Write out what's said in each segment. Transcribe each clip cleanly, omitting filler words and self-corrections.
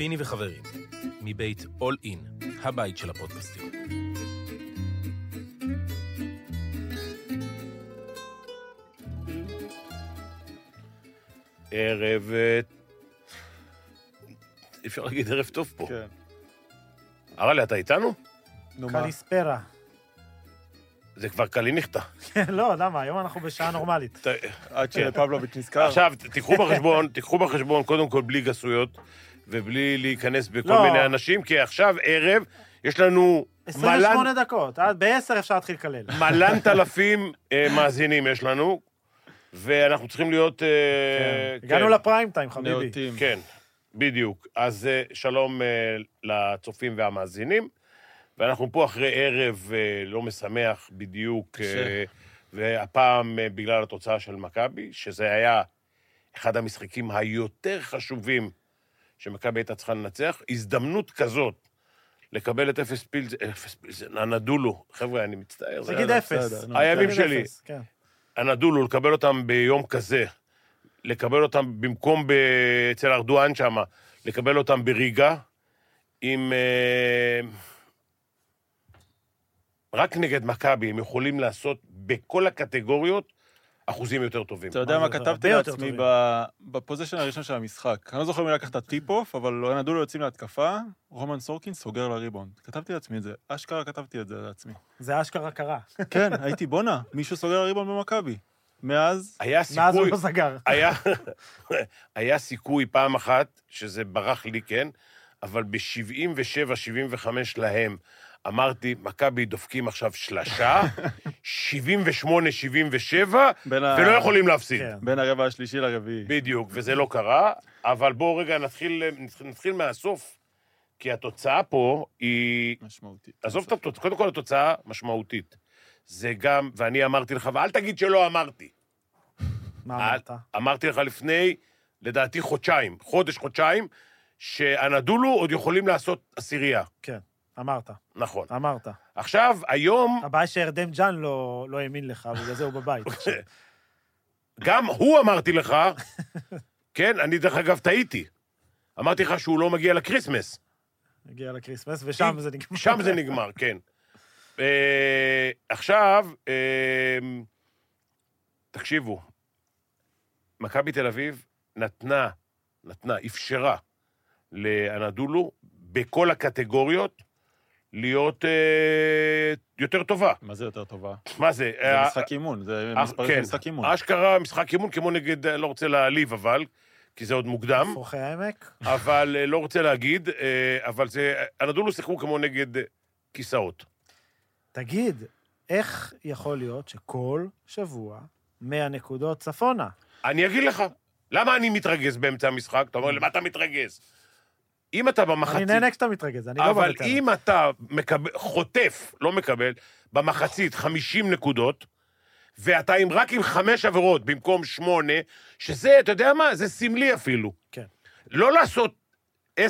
פיני וחברים, מבית All In, הבית של הפודקאסטים. ערב... אפשר להגיד ערב טוב פה. כן. אראלה, אתה איתנו? נו מה? קליספרה. זה כבר קליניכטה. לא, למה? היום אנחנו בשעה נורמלית. עד שפבלוביץ' נזכר. עכשיו, תיקחו בחשבון, קודם כל בלי גסויות, ובלי להיכנס בכל לא. מיני אנשים, כי עכשיו ערב, יש לנו 28 דקות, ב-10 אפשר להתחיל לקלל. מלנת אלפים מאזינים יש לנו, ואנחנו צריכים להיות... הגענו לפריים טיים, חביבי. נאותים. כן, בדיוק. אז שלום לצופים והמאזינים, ואנחנו פה אחרי ערב לא משמח בדיוק, והפעם בגלל התוצאה של מכבי, שזה היה אחד המשחקים היותר חשובים שמכבי הייתה צריכה לנצח, הזדמנות כזאת לקבל את אפס פילזן, הנדולו, חבר'ה, אני מצטער. תגיד אפס. הימים שלי. כן. הנדולו, לקבל אותם ביום כזה, לקבל אותם במקום אצל ארדואן שם, לקבל אותם בריגה, עם... רק נגד מכבי, הם יכולים לעשות בכל הקטגוריות אחוזים יותר טובים. אתה יודע מה זה כתבתי הרבה יותר לעצמי טובים. בפוזיישן הראשון של המשחק. אני לא זוכר מי לקח את הטיפ-אוף, אבל נדולו יוצאים להתקפה, רומן סורקין סוגר לריבון. כתבתי לעצמי את זה, אשכרה כתבתי את זה לעצמי. זה אשכרה קרה. כן, הייתי בונה, מישהו סוגר לריבון במכבי. מאז... מאז הוא לא סגר. היה סיכוי פעם אחת, שזה ברח לי, כן, אבל ב-77-75 להם, אמרתי, מכבי דופקים עכשיו שלשה, 78-77, ולא יכולים להפסיד. כן. בין הרבע השלישי לרביעי. בדיוק, וזה לא קרה, אבל בואו רגע נתחיל מהסוף, כי התוצאה פה היא... משמעותית. עזוב את התוצאה, קודם כל התוצאה משמעותית. זה גם, ואני אמרתי לך, ואל תגיד שלא אמרתי. מה אמרת? אמרתי לך לפני, לדעתי חודשיים, שהנדולו עוד יכולים לעשות עשירייה. כן, אמרת. נכון. אמרת. עכשיו, היום... הבעיה שארדם ג'אן לא האמין לך, בגלל זה הוא בבית. גם הוא אמרתי לך, כן, אני דרך אגב טעיתי. אמרתי לך שהוא לא מגיע לקריסמס. הגיע לקריסמס, ושם זה נגמר. שם זה נגמר, כן. עכשיו, תקשיבו, מכבי תל אביב אפשרה לאנדולו בכל הקטגוריות להיות יותר טובה. מה זה יותר טובה? מה זה? זה משחק אימון, זה מספרים של משחק אימון. אשכרה משחק אימון כמו נגד, לא רוצה להעליב אבל, כי זה עוד מוקדם. פרוחי העמק. אבל לא רוצה להגיד, אבל זה, אנדולו שיחקו כמו נגד כיסאות. תגיד, איך יכול להיות שכל שבוע 100 נקודות צפונה? אני אגיד לך, למה אני מתרגז באמצע המשחק? אתה אומר, למה אתה מתרגז? אם אתה במחצית... אני נהנה כשאתה מתרגז, אני לא אבל בבטן. אם אתה חוטף, לא מקבל, במחצית 50 נקודות, ואתה רק עם 5 עבירות במקום 8, שזה, אתה יודע מה? זה סמלי אפילו. כן. לא לעשות 10-12,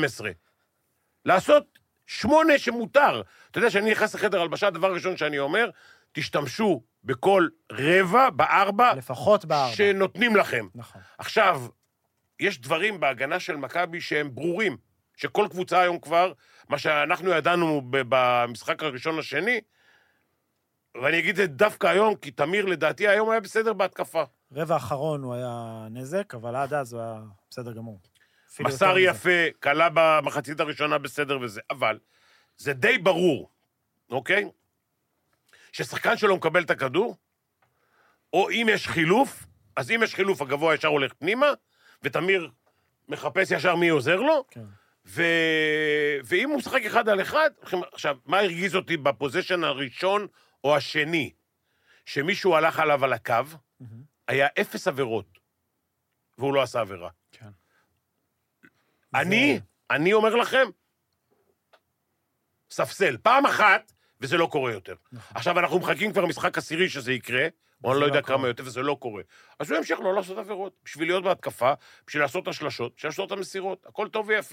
לעשות 8 שמותר. אתה יודע שאני נכנס לחדר הלבשה, הדבר הראשון שאני אומר, תשתמשו בכל רבע, בארבע, לפחות בארבע. שנותנים לכם. נכון. עכשיו, יש דברים בהגנה של מכבי שהם ברורים, שכל קבוצה היום כבר, מה שאנחנו ידענו במשחק הראשון השני, ואני אגיד את זה דווקא היום, כי תמיר לדעתי היום היה בסדר בהתקפה. רבע האחרון הוא היה נזק, אבל עד אז הוא היה בסדר גמור. מסר יפה, קלה במחצית הראשונה בסדר וזה, אבל זה די ברור, אוקיי? ששחקן שלו מקבל את הכדור, או אם יש חילוף, אז אם יש חילוף, הגבוה ישר הולך פנימה, ותמיר מחפש ישר מי עוזר לו, כן. ואם הוא משחק אחד על אחד, עכשיו, מה הרגיז אותי בפוזיישן הראשון או השני? שמישהו הלך עליו על הקו, היה 0 עבירות, והוא לא עשה עבירה. כן. אני אומר לכם, ספסל, פעם אחת, וזה לא קורה יותר. עכשיו, אנחנו מחכים כבר משחק עשירי שזה יקרה, או אני לא יודע כמה יותר, וזה לא קורה. אז הוא ימשיך לא לעשות עבירות, בשביל להיות בהתקפה, בשביל לעשות השלשות, בשביל לעשות את המסירות, הכל טוב ויפה.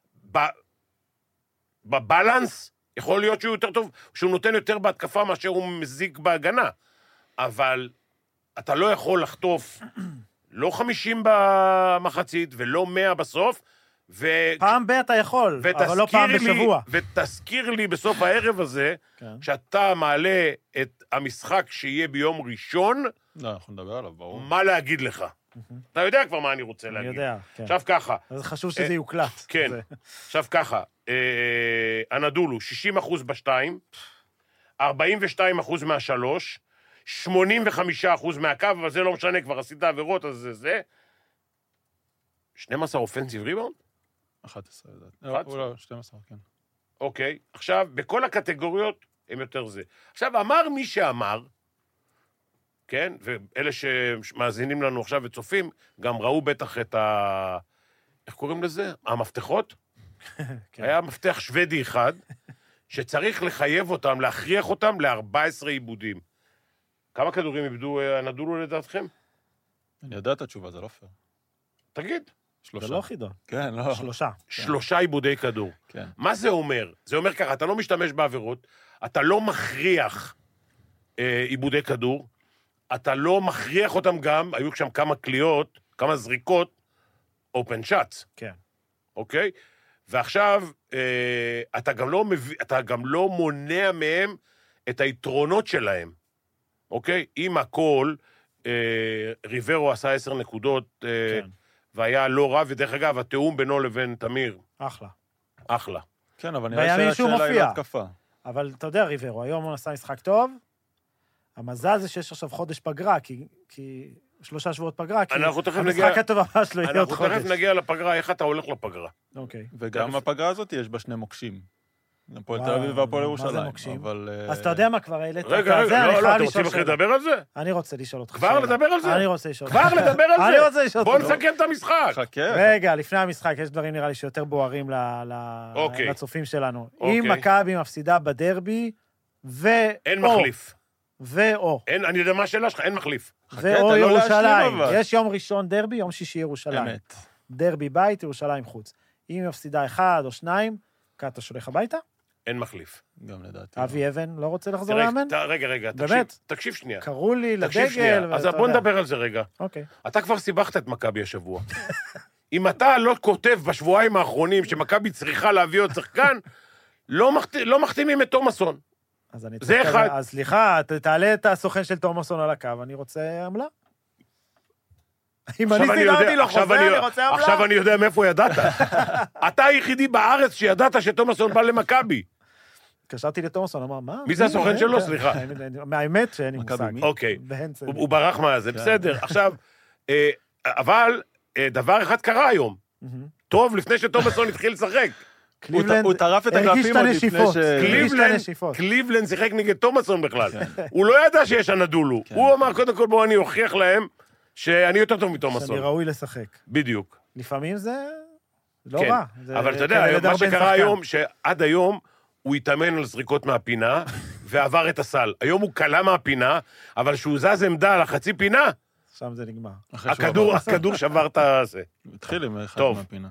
בבלנס, יכול להיות שהוא יותר טוב, שהוא נותן יותר בהתקפה מאשר הוא מזיק בהגנה. אבל אתה לא יכול לחטוף לא 50 במחצית ולא 100 בסוף, פעם ב אתה יכול, אבל לא פעם בשבוע. ותזכיר לי בסוף הערב הזה, שאתה מעלה את המשחק שיהיה ביום ראשון, לא, אנחנו נדבר עליו, ברור. מה להגיד לך. אתה יודע כבר מה אני רוצה להגיד. אני יודע, כן. עכשיו ככה. אז חשוב שזה יוקלט. כן. עכשיו ככה, הנדולו, 60% בשתיים, 42% מהשלוש, 85% מהקו, אבל זה לא משנה, כבר עשית עבירות, אז זה. 12 אופנסיב ריבאונד? 11, לדעת. לא, 12, כן. אוקיי. עכשיו, בכל הקטגוריות הם יותר זה. עכשיו, אמר מי שאמר, כן, ואלה שמאזינים לנו עכשיו וצופים, גם ראו בטח את איך קוראים לזה? המפתחות? היה מפתח שוודי אחד, שצריך לחייב אותם, להכריח אותם ל-14 עיבודים. כמה כדורים איבדו הנדולו לדעתכם? אני יודע את התשובה, זה לא פייר. תגיד. 3. זה לא חידון. כן, לא. 3. 3 עיבודי כדור. כן. מה זה אומר? זה אומר ככה, אתה לא משתמש בעבירות, אתה לא מכריח עיבודי כדור, אתה לא מכריח אותם גם, היו שם כמה קליעות, כמה זריקות, אופן שאטס. כן. אוקיי? ועכשיו, אתה גם לא מונע מהם את היתרונות שלהם. אוקיי? עם הכל, ריברו עשה 10 נקודות, כן. והיה לא רע, ודרך אגב, התאום בינו לבין תמיר. אחלה. אחלה. כן, אבל בימים נראה שהוא שהשאלה היא מופיע. להתקפה. אבל אתה יודע, ריברו, היום הוא עשה משחק טוב, המזל זה שיש עכשיו חודש פגרה, כי 3 שבועות פגרה, כי המשחק הטוב הבא שלו יהיה עוד חודש. אנחנו תכף נגיע לפגרה, איך אתה הולך לפגרה. אוקיי. וגם הפגרה הזאת יש בה 2 מוקשים. הפועל תל אביב והפועל ירושלים. מה זה מוקשים? אבל... אז אתה יודע מה כבר העלית? רגע, לא, אתם רוצים לדבר על זה? אני רוצה לשאול אותך. כבר לדבר על זה? אני רוצה לשאול אותך. כבר לדבר על זה? אני רוצה לשאול אותך. בוא נסכם את המשחק. חכה. רגע, לפני המשחק, יש דברים נראה לי שיותר בוערים לצופים שלנו. אם מכבי מפסידה בדרבי, אין מחליף. ואו. אני יודע מה השאלה שלך, אין מחליף. ואו ירושלים. יש יום ראשון דרבי, יום שישי ירושלים. אמת. דרבי בית, ירושלים חוץ. אם היא מפסידה 1 או 2, קאטה שולח הביתה? אין מחליף. גם לדעתי. אבי אבן לא רוצה לחזור לאמן? רגע, באמת? תקשיב שנייה. קראו לי תקשיב לדגל. שנייה, אז בוא נדבר על זה רגע. אוקיי. אתה כבר סיבכת את מכבי השבוע. אם אתה לא כותב בשבועיים האחרונים שמכבי צריכה להביא עוד שחקן, לא מחתימים את תומאסון. זה אחד. אז סליחה, תעלה את הסוכן של תומאסון על הקו, אני רוצה עמלה. אם אני סידרתי לו חוזה, אני רוצה עמלה. עכשיו אני יודע מאיפה ידעת. אתה היחידי בארץ שידעת שתומאסון בא למכבי. התקשרתי לתומאסון, אמר, מה? מי זה הסוכן שלו? סליחה. מהאמת שאין לי מושג. אוקיי. הוא ברח מהזה, בסדר. עכשיו, אבל דבר אחד קרה היום. טוב, לפני שתומאסון התחיל לשחק. הוא טרף את הקלפים עוד לפני קליבלנד שיחק נגד תומאסון בכלל. הוא לא ידע שיש הנדולו. הוא אמר, קודם כל, בואו אני אוכיח להם שאני יותר טוב מתומאסון. שאני ראוי לשחק. בדיוק. לפעמים זה לא רע. אבל אתה יודע, מה שקרה היום, שעד היום הוא התאמן על זריקות מהפינה, ועבר את הסל. היום הוא קלה מהפינה, אבל כשהוא זז עמדה על החצי פינה, שם זה נגמר. הכדור שבר את זה. התחיל עם אחד מהפינה.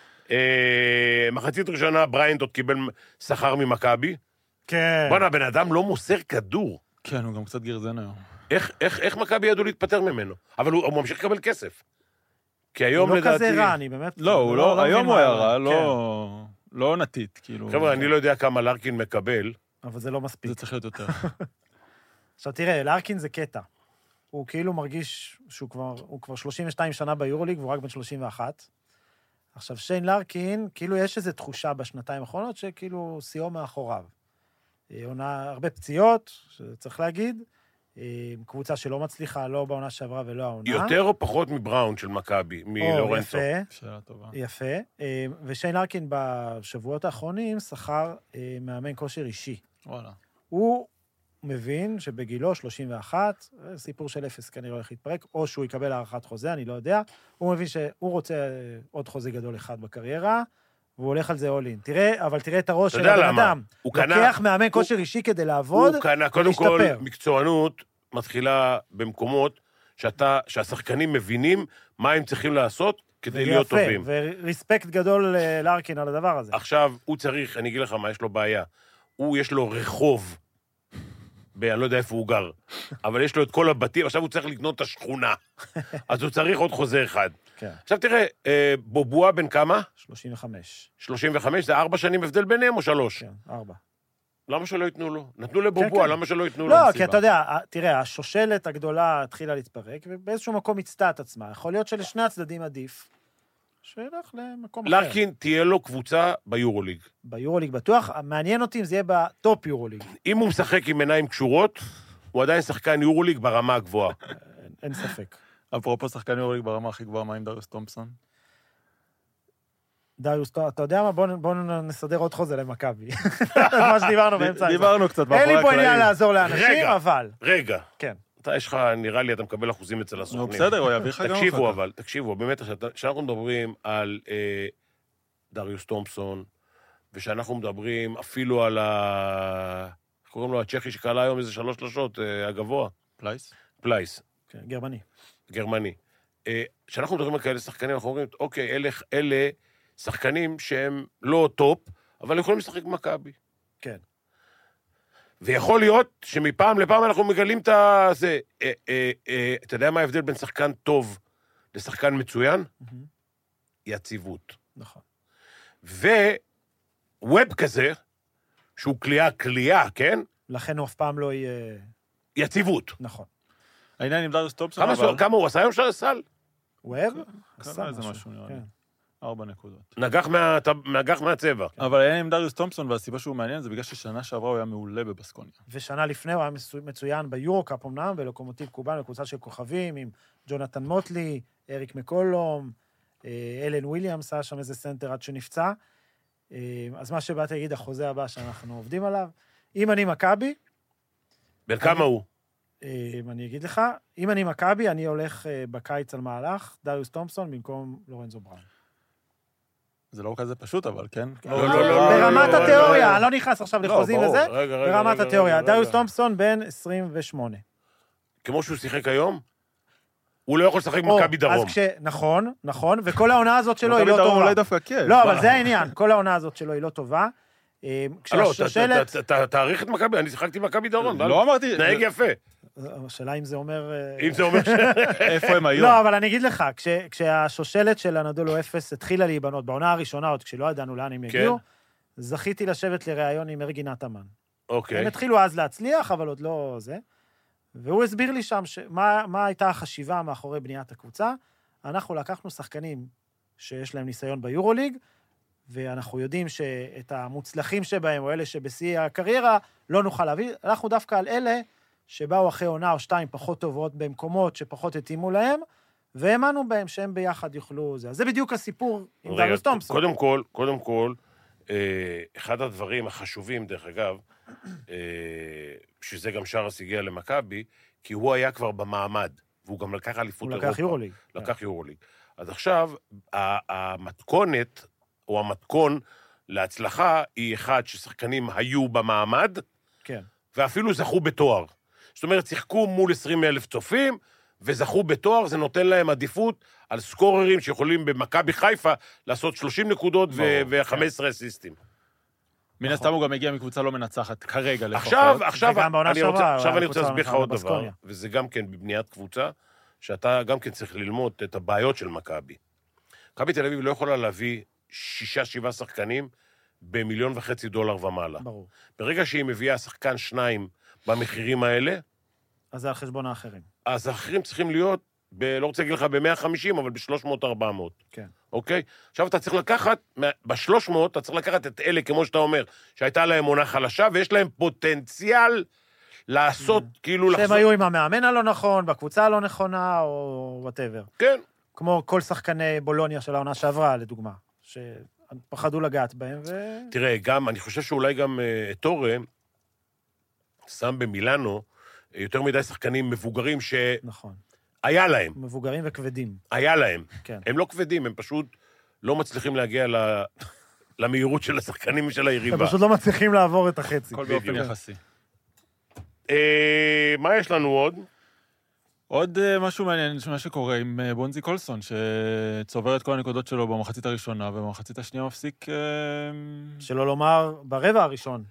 מחצית ראשונה, בריינט עוד קיבל שכר ממכבי. כן. בוא'נה, הבן אדם לא מוסר כדור. כן, הוא גם קצת גרזן היום. איך מכבי ידעו להתפטר ממנו? אבל הוא ממשיך לקבל כסף. כי היום לדעתי... הוא לא כזה רע, אני באמת... לא, היום הוא היה רע, לא נתית, כאילו... חבר'ה, אני לא יודע כמה לארקין מקבל. אבל זה לא מספיק. זה צריך להיות יותר. עכשיו תראה, לארקין זה קטע. הוא כאילו מרגיש שהוא כבר 32 שנה ביורוליג, והוא רק בן 31. עכשיו, שיין לארקין, כאילו יש איזו תחושה בשנתיים האחרונות, שכאילו שיאו מאחוריו. עונה הרבה פציעות, שצריך להגיד, קבוצה שלא מצליחה, לא בעונה שעברה ולא העונה. יותר או פחות מבראון של מכבי, מלורנצו. שאלה טובה. יפה. ושיין לארקין בשבועות האחרונים שכר מאמן כושר אישי. וואלה. הוא מבין שבגילו 31, סיפור של 0 כנראה הולך להתפרק, או שהוא יקבל הארכת חוזה, אני לא יודע. הוא מבין שהוא רוצה עוד חוזה גדול אחד בקריירה, והוא הולך על זה אולין. אבל תראה את הראש של הבן אדם. הוא לוקח מאמן כושר אישי כדי לעבוד ולהשתפר. הוא קנה, קודם כל, מקצוענות מתחילה במקומות שהשחקנים מבינים מה הם צריכים לעשות כדי להיות טובים. וריספקט גדול לארקין על הדבר הזה. עכשיו, הוא צריך, אני אגיד לך מה, יש לו בעיה. יש לו רחוב, אני לא יודע איפה הוא גר, אבל יש לו את כל הבתים, עכשיו הוא צריך לקנות את השכונה. אז הוא צריך עוד חוזה אחד. כן. עכשיו תראה, בובואה בן כמה? 35. 35, זה 4 שנים הבדל ביניהם או 3? כן, 4. למה שלא ייתנו לו? נתנו לבובואה, כן. למה שלא ייתנו לו? לא, כי אתה יודע, תראה, השושלת הגדולה התחילה להתפרק, ובאיזשהו מקום הצתה את עצמה. יכול להיות שלשני הצדדים עדיף, שילך למקום אחר. לרקין תהיה לו קבוצה ביורוליג. ביורוליג בטוח, מעניין אותי אם זה יהיה בטופ יורוליג. אם הוא משחק עם עיניים קשורות, הוא עדיין שחקן יורוליג ברמה הגבוהה. אין ספק. אפרופו שחקן יורוליג ברמה הכי גבוהה, מה עם דריוס תומפסון? דריוס, אתה יודע מה? בואו נסדר עוד חוזה למכבי. מה שדיברנו באמצע. דיברנו קצת מאחורי אין לי פה הקלעים. עניין לעזור לאנשים, רגע. אבל... רגע, כן. אתה יש לך, נראה לי, אתה מקבל אחוזים אצל הסוכנים. נו, בסדר, הוא יביא לך גם תקשיבו אחר כך. אבל, תקשיבו, באמת, כשאנחנו מדברים על דריוס תומפסון, ושאנחנו מדברים אפילו על איך קוראים לו, הצ'כי שקלה היום איזה 3 שלשות, הגבוה, פלייס? פלייס, כן, גרמני. גרמני. כשאנחנו מדברים על כאלה שחקנים, אנחנו אומרים, אוקיי, אלה שחקנים שהם לא טופ, אבל יכולים לשחק במכבי. כן. ויכול להיות שמפעם לפעם אנחנו מגלים את זה. אתה יודע מה ההבדל בין שחקן טוב לשחקן מצוין? יציבות. נכון. וווב כזה, שהוא קליעה, כן? לכן הוא אף פעם לא יהיה... יציבות. נכון. העניין עם דריוס תומפסון, אבל... כמה הוא עשה היום של הסל? ווב? קרה איזה משהו, נראה לי. 4 נקודות. נגח מהצבע. אבל העניין עם דריוס תומפסון, והסיבה שהוא מעניין, זה בגלל ששנה שעברה הוא היה מעולה בבסקוניה. ושנה לפני הוא היה מצוין ביורו-קאפ אמנם, בלוקומוטיב קובן, בקבוצה של כוכבים, עם ג'ונתן מוטלי, אריק מקולום, אלן וויליאמס, היה שם איזה סנטר עד שנפצע. אז מה שבאתי להגיד, החוזה הבא שאנחנו עובדים עליו, אם אני מכבי... בין כמה הוא? אני אגיד לך, אם אני מכבי, אני הולך בקיץ על מהלך, דריוס תומפסון במקום לורנזו בראון. זה לא כזה פשוט, אבל כן. ברמת התיאוריה, אני לא נכנס עכשיו לחוזים וזה, רגע, ברמת התיאוריה. דריוס תומפסון בן 28. כמו שהוא שיחק היום, הוא לא יכול לשחק במכבי דרום. נכון, וכל העונה הזאת שלו היא לא מכבי דרום טובה. אולי דווקא כן. לא, אבל זה העניין, כל העונה הזאת שלו היא לא טובה. לא, תעריך את מכבי, אני שיחקתי במכבי דרום. לא אמרתי... נהג יפה. השאלה אם זה אומר... אם זה אומר איפה הם היום? לא, אבל אני אגיד לך, כשהשושלת של הנדולו 0 התחילה להיבנות, בעונה הראשונה עוד, כשלא ידענו לאן הם יגיעו, זכיתי לשבת לראיון עם ארגי נתמן. אוקיי. הם התחילו אז להצליח, אבל עוד לא זה. והוא הסביר לי שם מה הייתה החשיבה מאחורי בניית הקבוצה. אנחנו לקחנו שחקנים שיש להם ניסיון ביורוליג, ואנחנו יודעים שאת המוצלחים שבהם, או אלה שבשיא הקריירה, לא נוכל להביא. אנחנו דווקא על אלה שבאו אחרי עונה או 2 פחות טובות במקומות שפחות התאימו להם, והאמנו בהם שהם ביחד יוכלו זה. אז זה בדיוק הסיפור עם דריוס תומפסון. קודם כל, אחד הדברים החשובים, דרך אגב, שזה גם שרס הגיע למכבי, כי הוא היה כבר במעמד, והוא גם לקח אליפות אירופה. הוא לקח יורוליג. לקח יורוליג. אז עכשיו, המתכונת, או המתכון להצלחה, היא אחד ששחקנים היו במעמד, כן. ואפילו זכו בתואר. זאת אומרת, שיחקו מול 20,000 צופים, וזכו בתואר, זה נותן להם עדיפות על סקוררים שיכולים במכבי חיפה לעשות 30 נקודות ו-15 אסיסטים. מן הסתם הוא גם הגיע מקבוצה לא מנצחת, כרגע לפחות. עכשיו אני רוצה להסביר לך עוד דבר, בסקוניה. וזה גם כן בבניית קבוצה, שאתה גם כן צריך ללמוד את הבעיות של מכבי. מכבי תל אביב לא יכולה להביא 6-7 שחקנים ב$1.5 מיליון ומעלה. ברור. ברגע שהיא מביאה שחקן 2 במחירים האלה, אז זה על חשבון האחרים. אז האחרים צריכים להיות, לא רוצה להגיד לך ב-150, אבל ב-300-400. כן. אוקיי? עכשיו אתה צריך לקחת, ב-300 אתה צריך לקחת את אלה, כמו שאתה אומר, שהייתה להם עונה חלשה, ויש להם פוטנציאל לעשות, כאילו שהם היו עם המאמן הלא נכון, בקבוצה הלא נכונה, או whatever. כן. כמו כל שחקני בולוניה של העונה שעברה, לדוגמה, שפחדו לגעת בהם, תראה, גם, אני חושב שאולי גם טורה, שם במילאנו, יותר מדי שחקנים מבוגרים נכון. היה להם. מבוגרים וכבדים. היה להם. כן. הם לא כבדים, הם פשוט לא מצליחים להגיע למהירות של השחקנים של היריבה. הם פשוט לא מצליחים לעבור את החצי. כל באופן יחסי. מה יש לנו עוד? עוד משהו מעניין, מה שקורה עם בונזי קולסון, שצובר את כל הנקודות שלו במחצית הראשונה, ובמחצית השנייה מפסיק... שלא לומר, ברבע הראשון.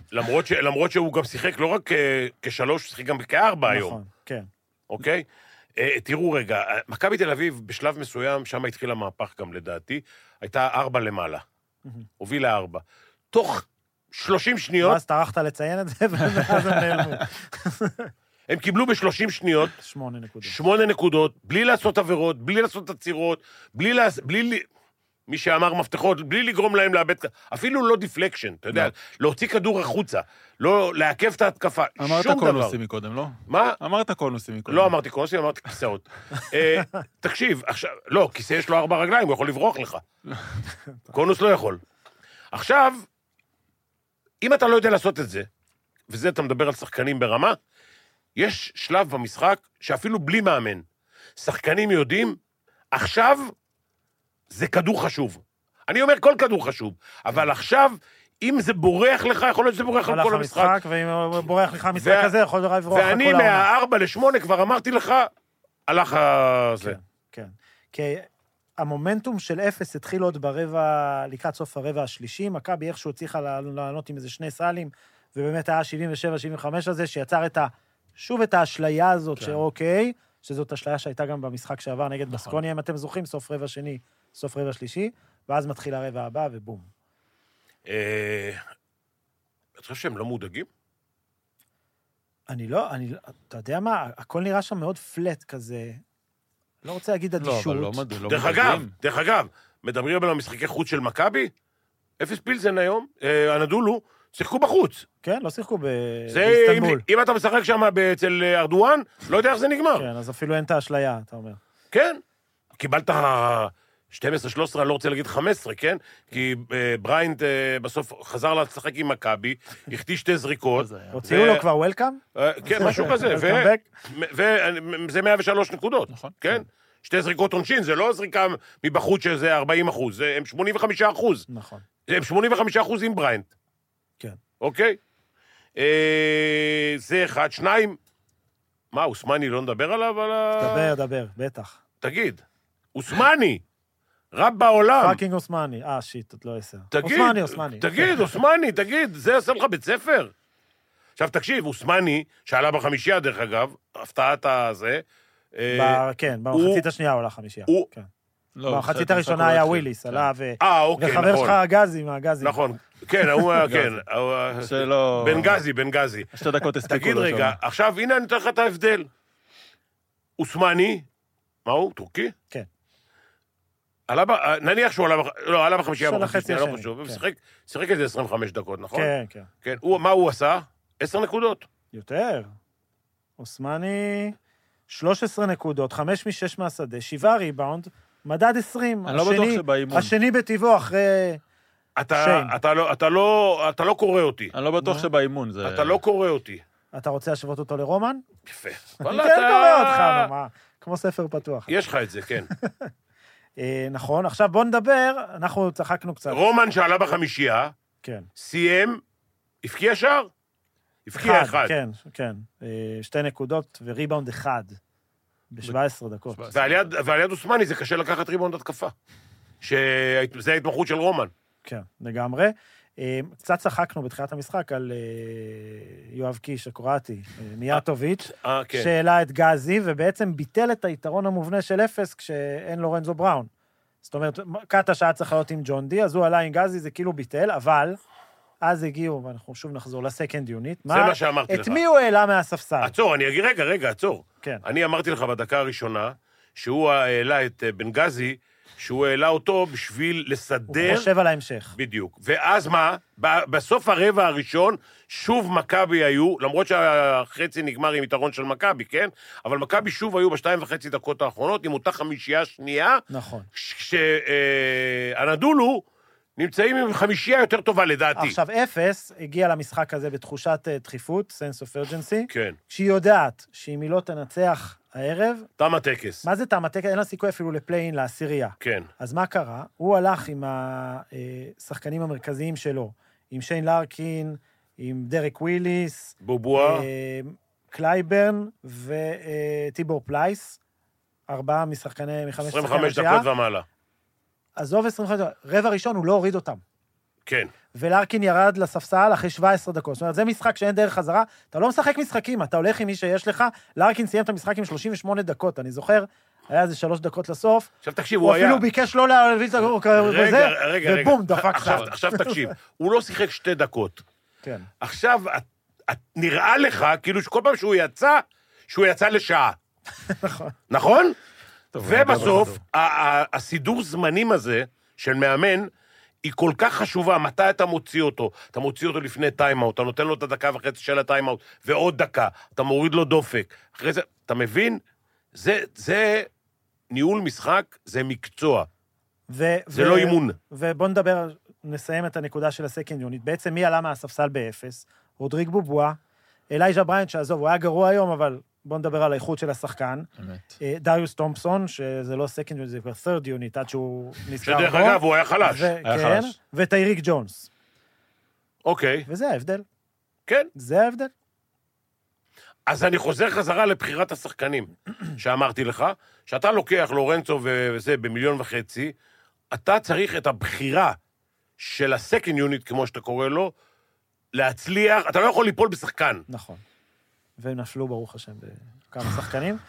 למרות שהוא גם שיחק לא רק כ3, שיחק גם כ4 היום. נכון, כן. אוקיי? תראו רגע, מכבי תל אביב, בשלב מסוים, שם התחיל המהפך גם לדעתי, הייתה 4 למעלה. הובילה 4. תוך 30 שניות... ואז טרחת לציין את זה, ואז הם נעלמו. הם קיבלו ב-30 שניות 8 נקודות. 8 נקודות, בלי לעשות עבירות, בלי לעשות עצירות, בלי מי שאמר מפתחות, בלי לגרום להם לאבד... אפילו לא דיפלקשן, אתה יודע, להוציא כדור החוצה, לא לעכב את ההתקפה, שום דבר. אמרת קונוסים מקודם, לא? מה? אמרת קונוסים מקודם. לא אמרתי קונוסים, אמרתי כיסאות. תקשיב, עכשיו, לא, כיסא יש לו 4 רגליים, הוא יכול לברוח לך. קונוס לא יכול. עכשיו, אם אתה לא יודע לעשות את זה, וזה אתה מדבר על שחקנים ברמה, יש שלב במשחק שאפילו בלי מאמן. שחקנים יודעים, עכשיו זה כדור חשוב. אני אומר כל כדור חשוב, אבל עכשיו, אם זה בורח לך, יכול להיות שזה בורח על כל המשחק. ואם בורח לך המשחק הזה, יכול להיות לברוח על כל ואני מה-4 ל-8 כבר אמרתי לך, הלך הזה. כן. כי המומנטום של 0 התחיל עוד לקראת סוף הרבע השלישי, מכבי איכשהו הצליחה לענות עם איזה 2 סלים, ובאמת היה 77-75 הזה, שיצר שוב את האשליה הזאת, שאוקיי, שזאת אשליה שהייתה גם במשחק שעבר נגד בסקוניה, אם אתם זוכרים, סוף רבע שני, סוף רבע שלישי, ואז מתחיל הרבע הבא, ובום. אתה חושב שהם לא מודאגים? אתה יודע מה, הכל נראה שם מאוד פלט כזה, לא רוצה להגיד אדישות. לא, אבל לא דרך אגב, מדברים על המשחקי חוץ של מכבי, 0 פילזן היום, אנדולו, שיחקו בחוץ. כן, לא שיחקו באיסטנבול. אם אתה משחק שם אצל ארדואן, לא יודע איך זה נגמר. כן, אז אפילו אין את האשליה, אתה אומר. כן, קיבלת 12-13, אני לא רוצה להגיד 15, כן? כי בריינט בסוף חזר לשחק עם מכבי, החטיא 2 זריקות. הוציאו לו כבר וולקאם? כן, משהו כזה, וזה 103 נקודות, כן? 2 זריקות עונשין, זה לא זריקה מבחוץ שזה 40%, הם 85%. נכון. הם 85% עם בריינט. כן. אוקיי? זה 1, 2, מה, אוסמני לא נדבר עליו? דבר, בטח. תגיד, אוסמני, רב בעולם. פאקינג אוסמני. שיט, עוד לא 10. אוסמני. תגיד, זה עשה לך בית ספר? עכשיו, תקשיב, אוסמני, שעלה בחמישייה, דרך אגב, הפתעת הזה. כן, במחצית השנייה עולה חמישייה. כן. במחצית הראשונה היה וויליס, עלה וחבר שלך הגזי מהגזי. נכון, כן, הוא היה, כן. בן גזי. 2 דקות הספיקו. תגיד רגע, עכשיו, הנה אני אתן לך את ההבדל. אוסמני, מה הוא? טורקי? כן. נניח שהוא עלה בחמישייה, לא חשוב, ושיחק את זה 25 דקות, נכון? כן. מה הוא עשה? 10 נקודות. יותר. אוסמני, 13 נקודות, 5 מ-6 מהשדה, 7 ריבאונד, מדד 20. אני לא בטוח שבאימון. השני בטבעו אחרי שיין. אתה לא קורא אותי. אני לא בטוח שבאימון זה... אתה לא קורא אותי. אתה רוצה להשוות אותו לרומן? יפה. אני כן קורא אותך, מה? כמו ספר פתוח. יש לך את זה, כן. נכון, עכשיו בוא נדבר, אנחנו צחקנו קצת. רומן שעלה בחמישייה, סיים, הפקיע שער? הפקיע 1. כן. 2 נקודות וריבאונד 1. ב-17 דקות. ועל יד אוסמני זה קשה לקחת ריבאונד התקפה. שזה ההתמחות של רומן. כן, לגמרי. קצת צחקנו בתחילת המשחק על יואב קיש, הקרואטי, מיאטוביץ', שהעלה את גזי, ובעצם ביטל את היתרון המובנה של 0 כשאין לורנזו בראון. זאת אומרת, קאטה שהיה צריך לעלות עם ג'ון די, אז הוא עלה עם גזי, זה כאילו ביטל, אבל אז הגיעו, ואנחנו שוב נחזור לסקנד יוניט. זה מה שאמרתי לך. את מי הוא העלה מהספסל? עצור, אני אגיד, רגע, עצור. כן. אני אמרתי לך בדקה הראשונה, שהוא העלה את בן גזי, שהוא העלה אותו בשביל לסדר... הוא חושב על ההמשך. בדיוק. ואז מה? בסוף הרבע הראשון, שוב מכבי היו, למרות שהחצי נגמר עם יתרון של מכבי, כן? אבל מכבי שוב היו ב2.5 דקות האחרונות, עם אותה חמישייה שנייה. נכון. כשאנדולו נמצאים עם חמישייה יותר טובה לדעתי. עכשיו, 0 הגיע למשחק הזה בתחושת דחיפות, sense of urgency. כן. כשהיא יודעת שאם היא לא תנצח הערב... תם הטקס. מה זה תם הטקס? אין לה סיכוי אפילו לפליין, לעשירייה. כן. אז מה קרה? הוא הלך עם השחקנים המרכזיים שלו, עם שיין לארקין, עם דרק וויליס, בובואה, קלייברן וטיבור פלייס, 4 משחקני, 25 דקות ומעלה. עזוב 25 דקות, רבע ראשון הוא לא הוריד אותם. כן. ולארקין ירד לספסל אחרי 17 דקות. זאת אומרת, זה משחק שאין דרך חזרה, אתה לא משחק משחקים, אתה הולך עם מי שיש לך, לארקין סיים את המשחק עם 38 דקות, אני זוכר, היה איזה 3 דקות לסוף, עכשיו תקשיב, הוא אפילו ביקש לא להביא את הגור כזה, ובום, דפק סל. עכשיו תקשיב, הוא לא שיחק 2 דקות. כן. עכשיו, נראה לך, כאילו שכל פעם שהוא יצא לשעה. נכון? ובסוף, הסידור זמנים הזה של מאמן, היא כל כך חשובה, מתי אתה מוציא אותו? אתה מוציא אותו לפני טיימאוט, אתה נותן לו את הדקה וחצי של הטיימאוט, ועוד דקה, אתה מוריד לו דופק. אחרי זה, אתה מבין? זה ניהול משחק, זה מקצוע. זה לא אימון. ובוא נסיים את הנקודה של הסקנד יוניט. בעצם מי עלה מהספסל באפס? רודריג בובואה, אלייג'ה בריינט, שעזוב, הוא היה גרוע היום, אבל בוא נדבר על האיכות של השחקן. דריוס תומפסון, שזה לא סקנד יוניט, זה כבר third יוניט, עד שהוא נזכר. שדרך אגב, הוא היה חלש. כן, וטייריק ג'ונס. אוקיי. וזה ההבדל. כן. זה ההבדל. אז אני חוזר חזרה לבחירת השחקנים, שאמרתי לך, שאתה לוקח לורנצו וזה ב1.5 מיליון, אתה צריך את הבחירה של הסקנד יוניט, כמו שאתה קורא לו, להצליח, אתה לא יכול ליפול בשחקן. נכון. והם נפלו, ברוך השם, בכמה שחקנים.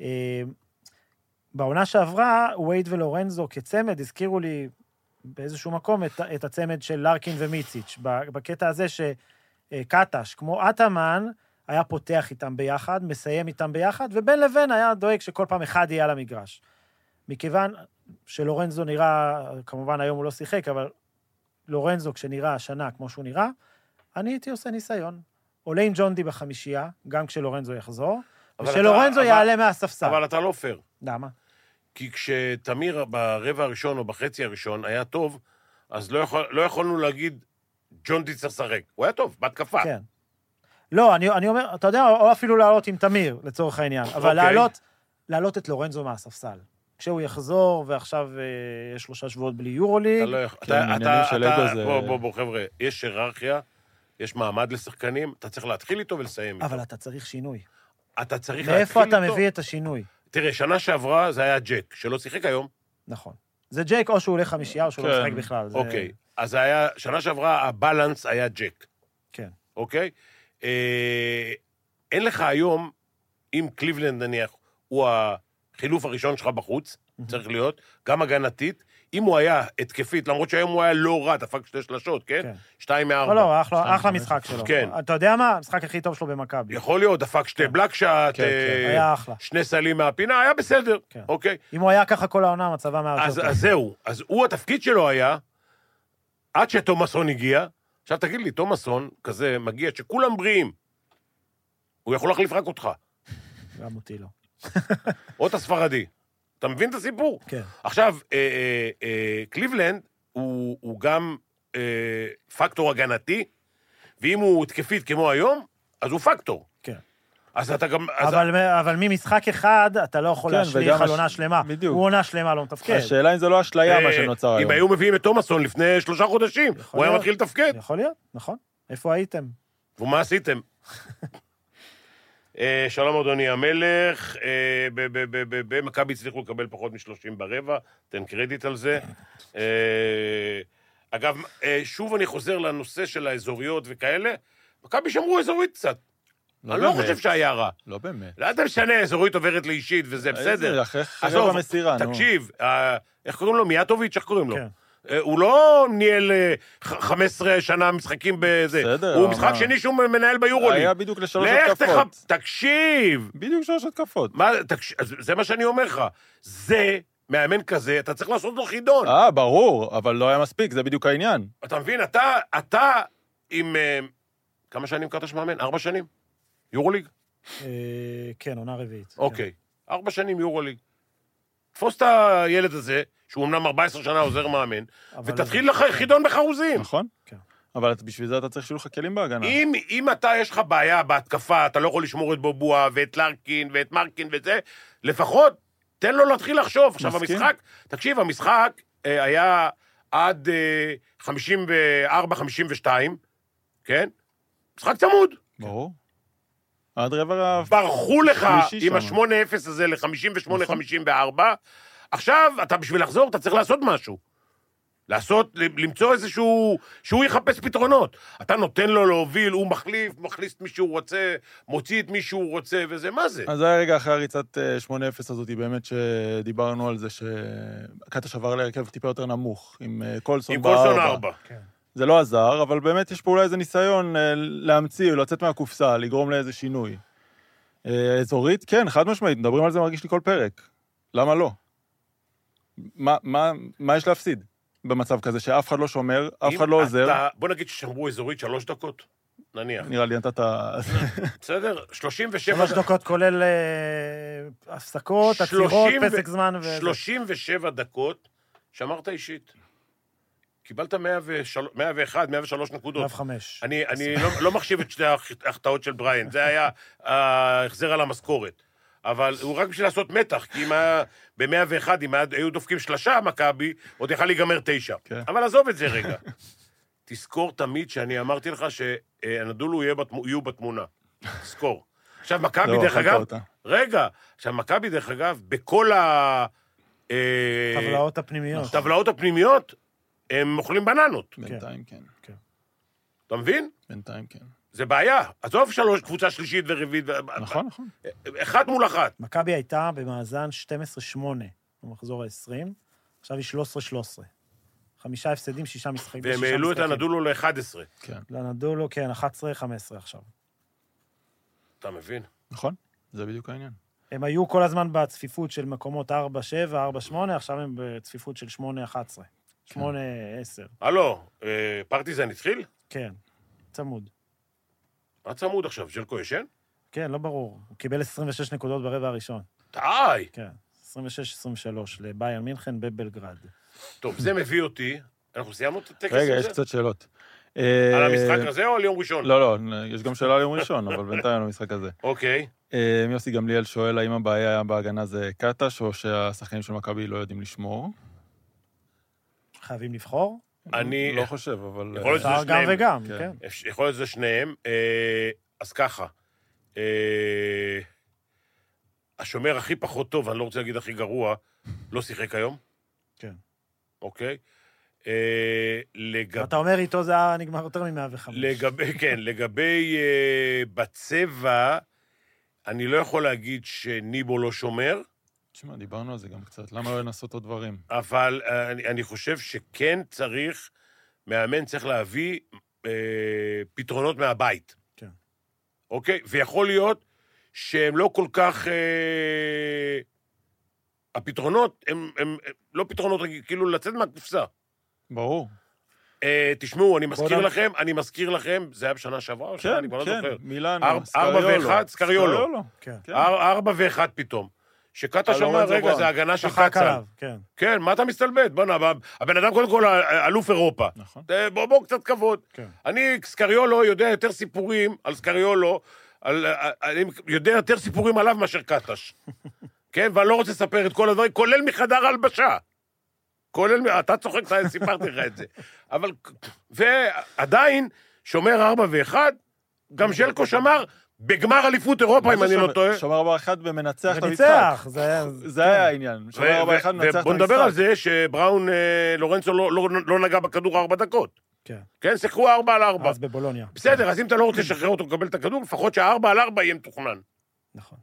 בעונה שעברה, וייד ולורנזו כצמד, הזכירו לי באיזשהו מקום את הצמד של לארקין ומיציץ', בקטע הזה שקטש, כמו אטאמן, היה פותח איתם ביחד, מסיים איתם ביחד, ובין לבין היה דואג שכל פעם אחד יהיה על המגרש. מכיוון שלורנזו נראה, כמובן היום הוא לא שיחק, אבל לורנזו כשנראה השנה כמו שהוא נראה, אני הייתי עושה ניסיון. עולה עם ג'ון די בחמישייה, גם כשלורנזו יחזור, ושלורנזו יעלה מהספסל. אבל אתה לא פייר. למה? כי כשתמיר ברבע הראשון או בחצי הראשון היה טוב, אז לא יכולנו להגיד, ג'ון די צריך לשחק. הוא היה טוב, בהתקפה. כן. לא, אני אומר, אתה יודע, או אפילו לעלות עם תמיר, לצורך העניין, אבל לעלות את לורנזו מהספסל. כשהוא יחזור, ועכשיו יש 3 שבועות בלי יורוליג. בוא, חבר'ה, יש היררכיה, יש מעמד לשחקנים, אתה צריך להתחיל איתו ולסיים איתו. אבל אתה צריך שינוי. אתה צריך להתחיל איתו. מאיפה אתה מביא את השינוי? תראה, שנה שעברה זה היה ג'ק, שלא שיחק היום. נכון. זה ג'ק, או שהוא הולך חמישייה, או שהוא לא שיחק בכלל. אוקיי, אז היה, שנה שעברה, הבלנס היה ג'ק. כן. אוקיי? אין לך היום, אם קליבלנד נניח, הוא החילוף הראשון שלך בחוץ, צריך להיות, גם הגנתית, אם הוא היה התקפית, למרות שהיום הוא היה לא רע, דפק 2 שלשות, כן? 2 מ-4. לא, אחלה משחק שלו. כן. אתה יודע מה? המשחק הכי טוב שלו במכבי. יכול להיות, דפק 2 בלקשט, היה אחלה. 2 סלים מהפינה, היה בסדר, אוקיי? אם הוא היה ככה כל העונה, מצבה מהרשות. אז זהו, אז הוא, התפקיד שלו היה, עד שתומאסון הגיע, עכשיו תגיד לי, תומאסון כזה מגיע, שכולם בריאים, הוא יכול להחליף רק אותך. גם אותי לא. או את הספרדי. אתה מבין את הסיפור? כן. עכשיו, קליבלנד הוא גם פקטור הגנתי, ואם הוא התקפית כמו היום, אז הוא פקטור. כן. אז אתה גם... אבל ממשחק אחד, אתה לא יכול להשליך על עונה שלמה. בדיוק. הוא עונה שלמה, לא מתפקד. השאלה אם זה לא אשליה מה שנוצר היום. אם היו מביאים את תומאסון לפני 3 חודשים, הוא היה מתחיל לתפקד. יכול להיות, נכון. איפה הייתם? ומה עשיתם? שלום אדוני המלך, במכבי הצליחו לקבל פחות מ-30 ברבע, תן קרדיט על זה. אגב, שוב אני חוזר לנושא של האזוריות וכאלה, מכבי שמרו אזורית קצת. אני לא חושב שהיה רע. לא באמת. לא אתה משנה, אזורית עוברת לאישית וזה בסדר. אחרי רבע מסירה, נו. תקשיב, איך קוראים לו? מיאטוביץ', איך קוראים לו? הוא לא ניהל 15 שנה משחקים בזה. בסדר. הוא משחק שני שהוא מנהל ביורוליג. היה בדיוק ל3 התקפות. תקשיב. בדיוק 3 התקפות. זה מה שאני אומר לך. זה, מאמן כזה, אתה צריך לעשות לו חידון. ברור, אבל לא היה מספיק, זה בדיוק העניין. אתה מבין, אתה עם... כמה שנים קראת מאמן? 4 שנים? יורוליג? כן, עונה רביעית. אוקיי. 4 שנים יורוליג. תפוס את הילד הזה, שהוא אמנם 14 שנה עוזר מאמן, ותתחיל לך חידון בחרוזים. נכון. כן. אבל בשביל זה אתה צריך שיהיו לך כלים בהגנה. אם אתה, יש לך בעיה בהתקפה, אתה לא יכול לשמור את בובואה, ואת לארקין, ואת מרקין וזה, לפחות תן לו להתחיל לחשוב. עכשיו, המשחק, תקשיב, המשחק היה עד 54-52, כן? משחק צמוד. ברור. עד רבע... ברחו לך עם ה-8-0 הזה ל-58-54, עכשיו, אתה בשביל לחזור, אתה צריך לעשות משהו. למצוא איזשהו, שהוא יחפש פתרונות. אתה נותן לו להוביל, הוא מכניס את מי שהוא רוצה, מוציא את מי שהוא רוצה, וזה, מה זה? אז זה היה רגע אחרי הריצת 8-0 הזאת, באמת שדיברנו על זה שקטש עבר להרכב טיפה יותר נמוך, עם קולסון עם קולסון 4. כן. זה לא עזר, אבל באמת יש פה אולי איזה ניסיון להמציא, לצאת מהקופסה, לגרום לאיזה שינוי. אזורית, כן, חד משמעית, מדברים על זה מרגיש לי כל פרק. למה לא? מה יש להפסיד במצב כזה, שאף אחד לא שומר, אף אחד לא עוזר? בוא נגיד ששמרו אזורית 3 דקות, נניח. נראה לי, נתת... בסדר, 3 דקות כולל הפסקות, עצירות, פסק זמן ו... 37 דקות שמרת אישית. קיבלת 101, 103 נקודות. 105. אני לא מחשיב את שתי ההחטאות של בריין, זה היה החזר על המשכורת. אבל הוא רק בשביל לעשות מתח, כי ב-101, אם היו דופקים 3 מכבי, עוד יכל להיגמר 9. כן. אבל עזוב את זה רגע. תזכור תמיד שאני אמרתי לך שהנדולו יהיו בתמונה. תזכור. עכשיו, מכבי דרך אגב... רגע, עכשיו, מכבי דרך אגב, בכל טבלאות הפנימיות, הם אוכלים בננות. בינתיים כן. אתה מבין? בינתיים כן. זה בעיה. עזוב 3, קבוצה שלישית ורביעית. נכון. 1 מול 1. מכבי הייתה במאזן 12-8 במחזור ה-20, עכשיו היא 13-13. 5 הפסדים, 6 משחקים. והם העלו את הנדולו ל-11. כן. לנדולו, כן, 11-15 עכשיו. אתה מבין? נכון, זה בדיוק העניין. הם היו כל הזמן בצפיפות של מקומות 4-7, 4-8, עכשיו הם בצפיפות של 8-11. 8-10. הלו, פרטיזן התחיל? כן, צמוד. מה צמוד עכשיו? ז'לקו ישן? כן, לא ברור. הוא קיבל 26 נקודות ברבע הראשון. די! כן, 26-23 לביירן מינכן בבלגרד. טוב, זה מביא אותי. אנחנו סיימנו את הטקס הזה? רגע, יש קצת שאלות. על המשחק הזה או על יום ראשון? לא, יש גם שאלה על יום ראשון, אבל בינתיים על המשחק הזה. אוקיי. יוסי גמליאל שואל, האם הבעיה בהגנה זה קטש, או שהשחקנים של מכבי לא יודעים לשמור? חייבים לבחור? אני לא חושב, אבל... יכול להיות שזה גם שניהם. וגם, כן. כן. יכול להיות שזה שניהם. אז ככה. השומר הכי פחות טוב, אני לא רוצה להגיד הכי גרוע, לא שיחק היום. כן. אוקיי? אתה אומר איתו זה היה נגמר יותר מ-105. כן, לגבי בצבע, אני לא יכול להגיד שניבו לא שומר, תשמע, דיברנו על זה גם קצת, למה לא לנסות עוד דברים? אבל אני חושב שכן צריך, מאמן צריך להביא פתרונות מהבית. כן. אוקיי? ויכול להיות שהם לא כל כך... הפתרונות הם לא פתרונות, כאילו לצאת מהקופסה. ברור. תשמעו, אני מזכיר לכם, זה היה בשנה שעברה או שנה, אני כבר לא זוכר. מילאנו, 4-1, סקריולו. 4-1 פתאום. שקטש אמר, רגע, זה הגנה של קצל. כן, מה אתה מסתלבט? הבן אדם קודם כל אלוף אירופה. נכון. בואו קצת כבוד. אני, סקריולו, יודע יותר סיפורים על סקריולו, אני יודע יותר סיפורים עליו מאשר קטש. כן, ואני לא רוצה לספר את כל הדברים, כולל מחדר הלבשה. אתה צוחק, סיפרתי לך את זה. אבל, ועדיין, שומר 4-1, גם ז'לקו שמר בגמר אליפות אירופה, אם אני לא טועה. שומר 4-1 ומנצח את המשחק. זה היה העניין. שומר 4-1 מנצח את המשחק. ובוא נדבר על זה שבראון לורנצו לא נגע בכדור 4 דקות. כן, שיחקו 4-4. אז בבולוניה. בסדר, אז אם אתה לא רוצה לשחרר אותו לקבל את הכדור, לפחות ש4-4 יהיה מתוכנן. נכון.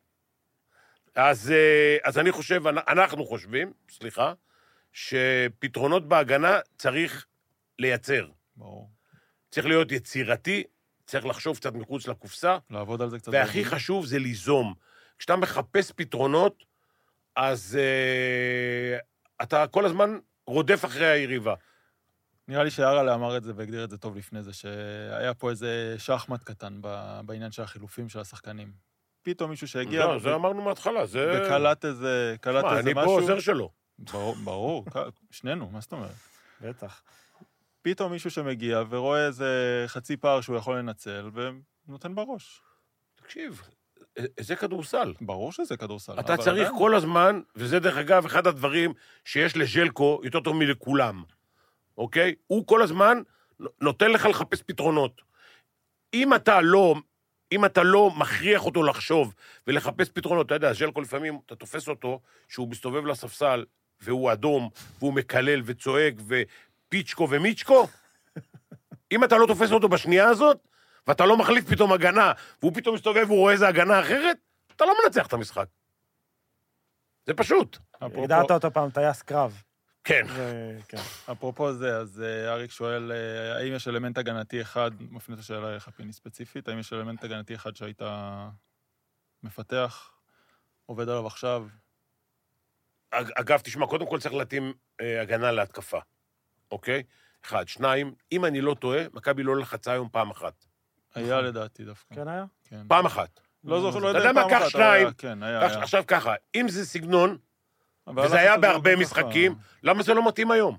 אז אני חושב, אנחנו חושבים, סליחה, שפתרונות בהגנה צריך לייצר. ברור. צריך להיות יצירתי, צריך לחשוב קצת מחוץ לקופסה. לעבוד על זה קצת. והכי חשוב זה ליזום. כשאתה מחפש פתרונות, אז אתה כל הזמן רודף אחרי היריבה. נראה לי שהרלה אמר את זה והגדיר את זה טוב לפני זה, שהיה פה איזה שחמט קטן בעניין של החילופים של השחקנים. פתאום מישהו שהגיע... לא, זה אמרנו מההתחלה, זה... וקלט איזה משהו... אני פה עוזר שלו. ברור, שנינו, מה זאת אומרת? בטח. פתאום מישהו שמגיע ורואה איזה חצי פער שהוא יכול לנצל, ונותן בראש. תקשיב, זה כדורסל. ברור שזה כדורסל. אתה צריך כל הזמן, וזה דרך אגב אחד הדברים שיש לז'לקו יותר טוב מלכולם, אוקיי? הוא כל הזמן נותן לך לחפש פתרונות. אם אתה לא מכריח אותו לחשוב ולחפש פתרונות, אתה יודע, ז'לקו לפעמים, אתה תופס אותו שהוא מסתובב לספסל, והוא אדום, והוא מקלל וצועק, ופיצ'קו ומיצ'קו, אם אתה לא תופס אותו בשנייה הזאת, ואתה לא מחליף פתאום הגנה, והוא פתאום מסתובב והוא רואה איזה הגנה אחרת, אתה לא מנצח את המשחק. זה פשוט. הגדרת אותו פעם, טייס קרב. כן. כן. אפרופו זה, אז אריק שואל, האם יש אלמנט הגנתי אחד, מפנה את השאלה אליך פיני ספציפית, האם יש אלמנט הגנתי אחד שהיית מפתח, עובד עליו עכשיו? אגב, תשמע, קודם כל צריך להתאים הגנה להתקפה, אוקיי? 1, 2, אם אני לא טועה, מכבי לא לחצה היום פעם אחת. היה לדעתי דווקא. כן היה? כן. פעם אחת. לא זוכר, לא אתה יודע יודע אם מה, פעם קח אחת, אבל שניים, כן, היה. עכשיו ככה, אם זה סגנון, אבל וזה היה הלחץ הזה בהרבה הוא משחקים, ככה. למה זה לא מתאים היום?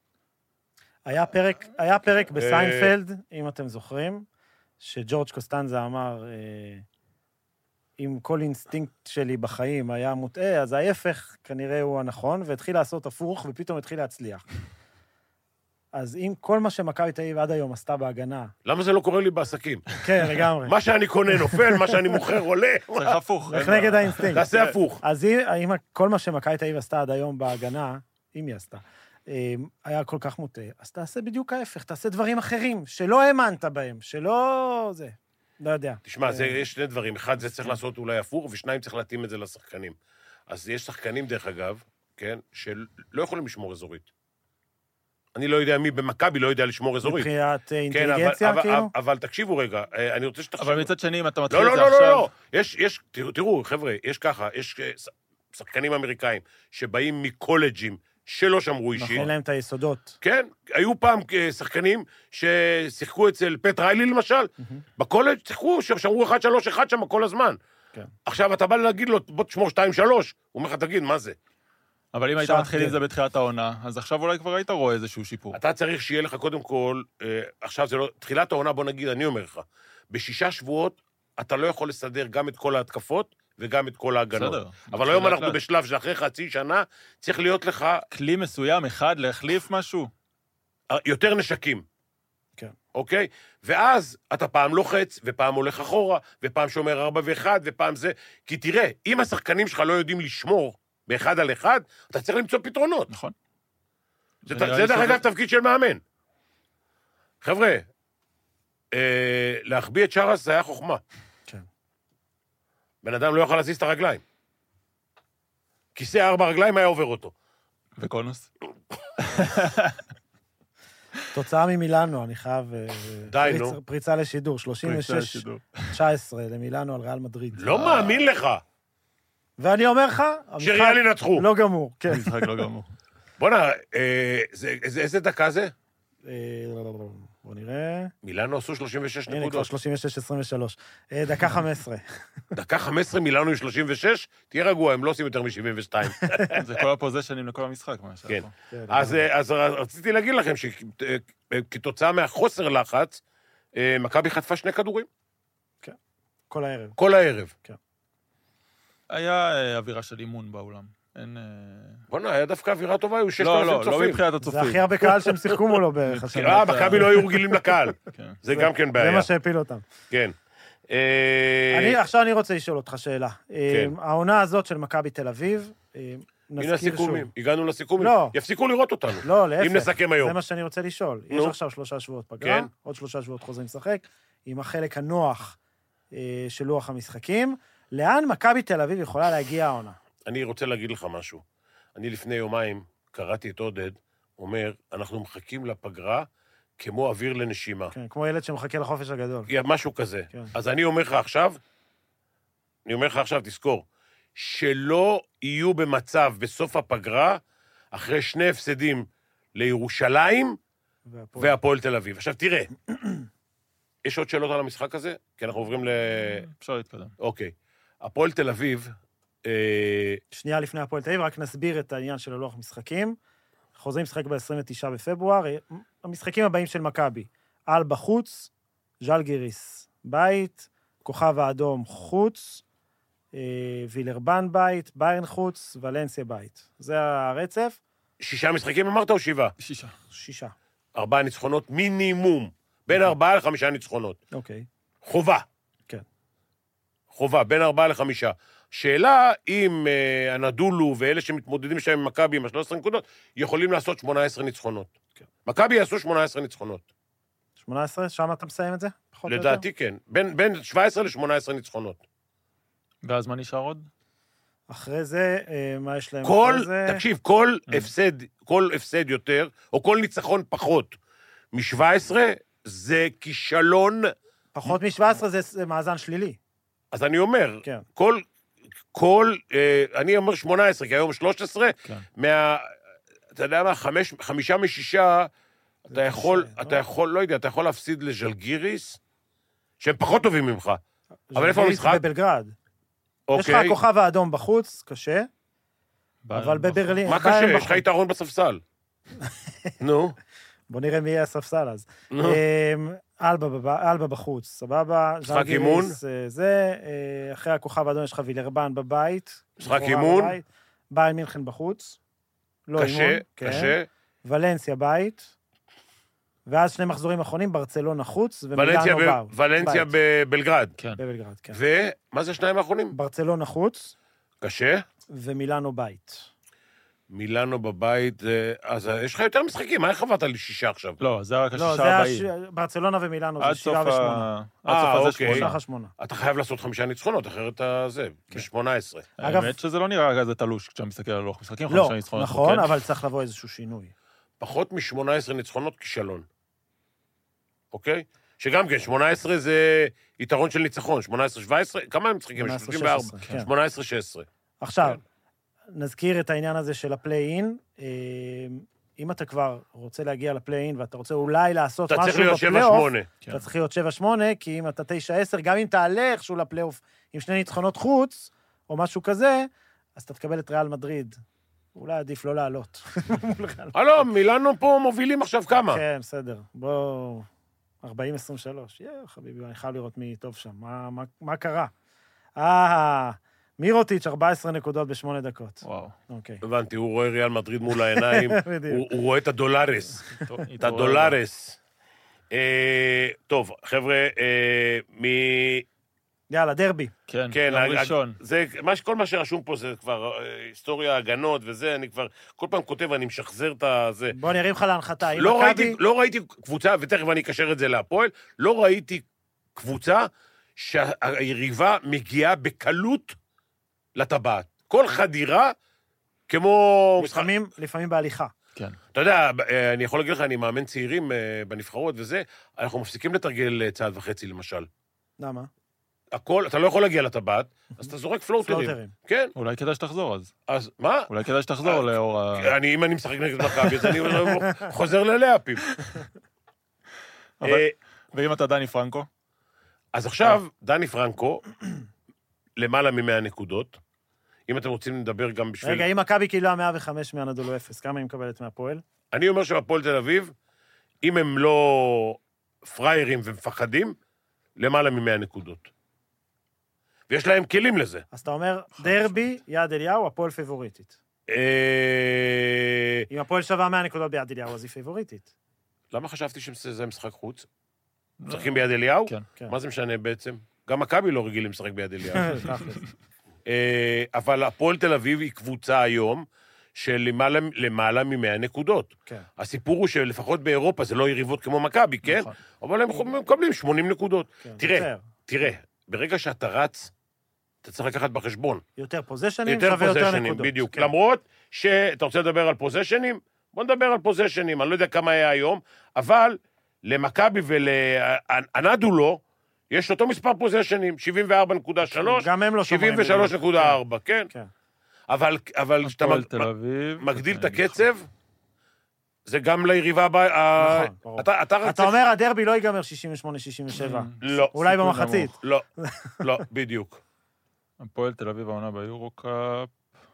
היה פרק בסיינפלד, אם אתם זוכרים, שג'ורג' קוסטנזה אמר, אם כל אינסטינקט שלי בחיים היה מוטעה, אז ההפך כנראה הוא הנכון, והתחיל לעשות הפוך, ופתאום התחיל להצליח. אז אם כל מה שמכבי תל אביב עד היום עשתה בהגנה... למה זה לא קורה לי בעסקים? כן, לגמרי. מה שאני קונה נופל, מה שאני מוכר עולה. צריך הפוך. לך נגד האינסטינקט. תעשה הפוך. אז אם כל מה שמכבי תל אביב עשתה עד היום בהגנה, אם היא עשתה, היה כל כך מוטעה, אז תעשה בדיוק ההפך, תעשה דברים אחרים, שלא האמנת בהם, שלא... זה, לא יודע. תשמע, יש שני דברים. אחד, זה צריך לעשות אולי הפוך, ושניים, צריך להתאים את זה לשחקנים. אז יש שחקנים, דרך אגב, כן, שלא יכולים לשמור אזורית. אני לא יודע מי במכבי לא יודע לשמור אזורית. מבחינת אינטליגנציה, כאילו? אבל תקשיבו רגע, אני רוצה שתחשבו. אבל מצד שני, אם אתה מתחיל את לא, זה לא, עכשיו... לא, לא. תראו, חבר'ה, יש ככה, יש שחקנים אמריקאים שבאים מקולג'ים שלא שמרו אישית. אין להם את היסודות. כן, היו פעם שחקנים ששיחקו אצל פט ריילי למשל, בקולג' שיחקו, שמרו 1-3-1 שם כל הזמן. עכשיו אתה בא להגיד לו, בוא תשמור 2-3, הוא אומר לך, תגיד, מה זה? אבל אם היית מתחיל עם זה בתחילת העונה, אז עכשיו אולי כבר היית רואה איזשהו שיפור. אתה צריך שיהיה לך קודם כל, עכשיו זה לא, תחילת העונה, בוא נגיד, אני אומר לך, ב6 שבועות אתה לא יכול לסדר גם את כל ההתקפות וגם את כל ההגנות. בסדר. אבל היום אנחנו בשלב שאחרי חצי שנה, צריך להיות לך... כלי מסוים אחד להחליף משהו? יותר נשקים. כן. אוקיי? ואז אתה פעם לוחץ, ופעם הולך אחורה, ופעם שומר 4-1, ופעם זה... כי תראה, אם השחקנים שלך לא יודעים לשמור באחד על אחד, אתה צריך למצוא פתרונות. נכון. זה דרך אגב תפקיד של מאמן. חבר'ה, להחביא את שרס זה היה חוכמה. כן. בן אדם לא יכול להזיז את הרגליים. כיסא 4 רגליים היה עובר אותו. וקונוס? תוצאה ממילאנו, אני חייב... די, נו. פריצה לשידור, 36-19 למילאנו על ריאל מדריד. לא מאמין לך. ואני אומר לך... שריאל ינצחו. לא גמור, כן. משחק לא גמור. בוא'נה, איזה דקה זה? בוא נראה... מילאנו עשו 36 הנה, נקודות. כבר 36-23. דקה 15. דקה 15, מילאנו עם 36, תהיה רגוע, הם לא עושים יותר מ-72. זה כל הפוזיישנים לכל המשחק, מה שהיה כן. פה. אז רציתי להגיד לכם שכתוצאה מהחוסר לחץ, מכבי חטפה 2 כדורים. כן. כל הערב. כל הערב. כן. היה אווירה של אימון באולם. אין... בוא'נה, היה דווקא אווירה טובה, היו 6,000 צופים. לא מבחינת הצופים. זה הכי הרבה קהל שהם שיחקו מולו בערך השנה. מכבי לא היו רגילים לקהל. זה גם כן בעיה. זה מה שהפיל אותם. כן. עכשיו אני רוצה לשאול אותך שאלה. העונה הזאת של מכבי תל אביב, הנה הסיכומים. הגענו לסיכומים. לא. יפסיקו לראות אותנו. לא, להפך. אם נסכם היום. זה מה שאני רוצה לשאול. יש עכשיו 3 שבועות פגרה, עוד 3 שבועות חוזרים לשחק, עם החלק הנוח של לוח המשחקים. לאן מכבי תל אביב יכולה להגיע העונה? אני רוצה להגיד לך משהו. אני לפני יומיים קראתי את עודד, אומר, אנחנו מחכים לפגרה כמו אוויר לנשימה. כן, כמו ילד שמחכה לחופש הגדול. משהו כזה. כן. אז אני אומר לך עכשיו, תזכור, שלא יהיו במצב בסוף הפגרה, אחרי 2 הפסדים לירושלים והפועל תל אביב. עכשיו תראה, יש עוד שאלות על המשחק הזה? כי אנחנו עוברים אפשר להתקדם. אוקיי. הפועל תל אביב... שנייה לפני הפועל תל אביב, רק נסביר את העניין של הלוח משחקים. חוזרים משחק ב-29 בפברואר. המשחקים הבאים של מכבי, אלבה חוץ, ז'לגיריס בית, כוכב האדום חוץ, וילרבן בית, ביירן חוץ, ולנסיה בית. זה הרצף. 6 משחקים אמרת או 7? 6. 4 ניצחונות מינימום. בין 4 ל5 ניצחונות. אוקיי. חובה. כן. חובה, בין 4 ל5. שאלה אם הנדולו ואלה שמתמודדים שם עם מכבי עם ה-13 נקודות, יכולים לעשות 18 ניצחונות. מכבי יעשו 18 ניצחונות. 18? שם אתה מסיים את זה? פחות או יותר? לדעתי כן. בין 17 ל-18 ניצחונות. ואז מה נשאר עוד? אחרי זה, מה יש להם כל, אחרי זה? תקשיב, כל הפסד יותר, או כל ניצחון פחות מ-17, זה כישלון. פחות מ-17 זה מאזן שלילי. אז אני אומר, כן. אני אומר 18, כי היום 13, כן. אתה יודע מה, 5 מ-6, אתה יכול, לא יודע, אתה יכול להפסיד לז'לגיריס, שהם פחות טובים ממך. אבל איפה המשחק? בבלגרד. יש לך אוקיי. הכוכב האדום בחוץ, קשה, אבל בברלין... מה קשה? יש לך יתרון בספסל. נו. בוא נראה מי יהיה הספסל אז. נו. אלבה בחוץ, סבבה. משחק אימון? זה, אחרי הכוכב האדום יש לך וילרבן בבית. משחק אימון? ביירן מינכן בחוץ. לא אימון. קשה. ולנסיה בית. ואז 2 מחזורים אחרונים, ברצלונה חוץ, ומילאנו באו. ולנסיה בבלגרד. כן. בבלגרד, כן. ומה זה 2 האחרונים? ברצלונה חוץ, קשה. ומילאנו בית. מילאנו בבית, אז יש לך יותר משחקים, מה איך עברת לי 6 עכשיו? לא, זה רק לא, השישה הבאים. ברצלונה ומילאנו עד זה 7 ו-8. עד סוף הזה אוקיי. 8. 8. אתה חייב לעשות 5 ניצחונות, אחרת אתה זה, ב-18. אגב- האמת שזה לא נראה כזה תלוש כשאתה מסתכל על לוח משחקים, לא, 5 ניצחונות. נכון, כן. אבל צריך לבוא איזשהו שינוי. פחות מ-18 ניצחונות, כישלון. אוקיי? שגם כן, 18 זה יתרון של ניצחון, 18-17, כמה הם משחקים? 18-16, 34. כן. 18-16. עכשיו, כן. נזכיר את העניין הזה של הפליי-אין. אם אתה כבר רוצה להגיע לפליי-אין, ואתה רוצה אולי לעשות אתה צריך משהו להיות בפלייאוף, 7-8. כן. אתה צריך להיות 7-8, כי אם אתה 9-10, גם אם תעלה איכשהו לפלייאוף עם 2 ניצחונות חוץ, או משהו כזה, אז אתה תקבל את ריאל מדריד. אולי עדיף לא לעלות. לא, מילאנו פה מובילים עכשיו כמה? כן, בסדר. בואו... 40-23. חביבי, אני חייב לראות מי טוב שם. מה קרה? מירוטיץ' 14 נקודות ב8 דקות. וואו. אוקיי. הבנתי, הוא רואה ריאל מדריד מול העיניים, בדיוק. הוא רואה את הדולרס. את הדולרס. טוב, חבר'ה, יאללה, דרבי. כן, כן, יום ראשון. כל מה שרשום פה זה כבר היסטוריה, הגנות וזה, אני כבר כל פעם כותב, אני משחזר את זה. בוא נרים לך להנחתה. לא ראיתי קבוצה, ותכף אני אקשר את זה להפועל, לא ראיתי קבוצה שהיריבה מגיעה בקלות לטבעת. כל חדירה, כמו... לפעמים בהליכה. כן. אתה יודע, אני יכול להגיד לך, אני מאמן צעירים בנבחרות וזה, אנחנו מפסיקים לתרגל צעד וחצי, למשל. למה? הכל, אתה לא יכול להגיע לטבעת, אז אתה זורק פלוטרים. כן. אולי כדאי שתחזור אז. אז מה? אולי כדאי שתחזור לאור ה... אם אני משחק נגד מכבי, אז אני חוזר ללאפים. ואם אתה דני פרנקו? אז עכשיו, דני פרנקו, למעלה מ100 נקודות. אם אתם רוצים לדבר גם בשביל... רגע, אם מכבי קיבלה 105 מהנדולו 0, כמה היא מקבלת מהפועל? אני אומר שבפועל תל אביב, אם הם לא פריירים ומפחדים, למעלה מ100 נקודות. ויש להם כלים לזה. אז אתה אומר, דרבי, יד אליהו, הפועל פיבוריטית. אם הפועל שווה 100 נקודות ביד אליהו, אז היא פיבוריטית. למה חשבתי שזה משחק חוץ? משחקים ביד אליהו? כן. מה זה משנה בעצם? גם מכבי לא רגילים לשחק ביד אליהו. אבל הפועל תל אביב היא קבוצה היום של למעלה מ100 נקודות. כן. הסיפור הוא שלפחות באירופה זה לא יריבות כמו מכבי, כן? אבל הם מקבלים 80 נקודות. תראה, ברגע שאתה רץ, אתה צריך לקחת בחשבון. יותר פוזיישנים שווה יותר נקודות. בדיוק. למרות שאתה רוצה לדבר על פוזיישנים, בוא נדבר על פוזיישנים, אני לא יודע כמה היה היום, אבל למכבי ולאנדולו, יש אותו מספר פוזיישנים, 74.3, גם הם לא שומרים. 73.4, כן. אבל כשאתה מגדיל את הקצב, זה גם ליריבה הבאה. נכון, אתה אומר, הדרבי לא ייגמר 68-67. לא. אולי במחצית. לא, בדיוק. הפועל תל אביב העונה ביורו-קאפ,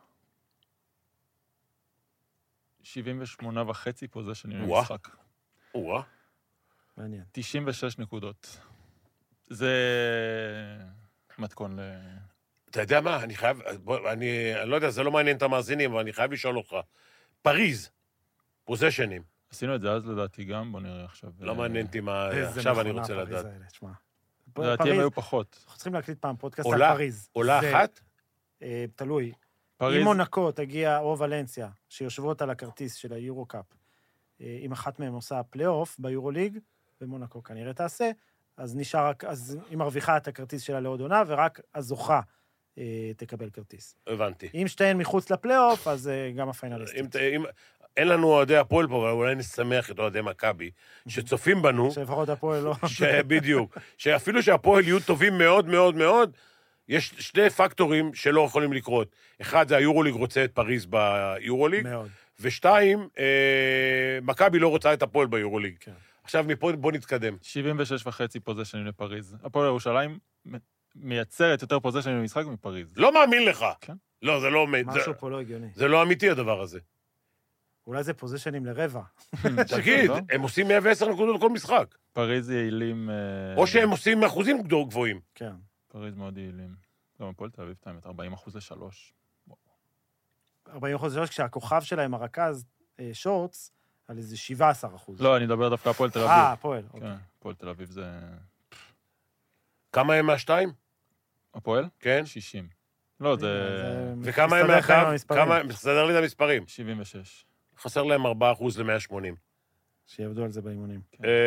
78.5 פוזיישנים במשחק. מעניין. 96 נקודות. זה מתכון ל... אתה יודע מה, אני חייב, אני לא יודע, זה לא מעניין את המאזינים, אבל אני חייב לשאול אותך. פריז, פוזיישנים. עשינו את זה אז לדעתי גם, בוא נראה עכשיו. לא מעניין אותי מה, עכשיו אני רוצה לדעת. לדעתי הם היו פחות. אנחנו צריכים להקליט פעם פודקאסט על פריז. עולה אחת? תלוי. פריז, אם מונקו תגיע, או ולנסיה, שיושבות על הכרטיס של היורו-קאפ, אם אחת מהם עושה פלייאוף ביורו-ליג, ומונקו כנראה תעשה, אז נשאר רק, אז היא מרוויחה את הכרטיס שלה לעוד עונה, ורק הזוכה תקבל כרטיס. הבנתי. אם שתיהן מחוץ לפלייאוף, אז גם הפיינליסטית. אין לנו אוהדי הפועל פה, אבל אולי נשמח את אוהדי מכבי, שצופים בנו, שלפחות הפועל לא... בדיוק, שאפילו שהפועל יהיו טובים מאוד מאוד מאוד, יש שני פקטורים שלא יכולים לקרות. אחד, זה היורוליג רוצה את פריז ביורוליג, מאוד. ושתיים, מכבי לא רוצה את הפועל ביורוליג. כן. עכשיו מפה בוא נתקדם. 76.5 פוזיישנים לפריז. הפועל ירושלים מייצרת יותר פוזיישנים במשחק מפריז. לא מאמין לך. כן. לא, זה לא עומד. משהו פה לא הגיוני. זה לא אמיתי הדבר הזה. אולי זה פוזיישנים לרבע. תגיד, הם עושים 110 נקודות כל משחק. פריז יעילים... או שהם עושים אחוזים גבוהים. כן. פריז מאוד יעילים. גם הפועל תל אביב, 40% ל-3. 40% כשהכוכב שלהם, הרכז, שורטס, על איזה 17%. לא, אני מדבר דווקא הפועל תל אביב. הפועל. כן, הפועל תל אביב זה... כמה הם מהשתיים? הפועל? כן. 60. לא, זה... וכמה הם מהקו? מסתדר לי את המספרים. 76. חסר להם 4% ל-180. שיעבדו על זה באימונים.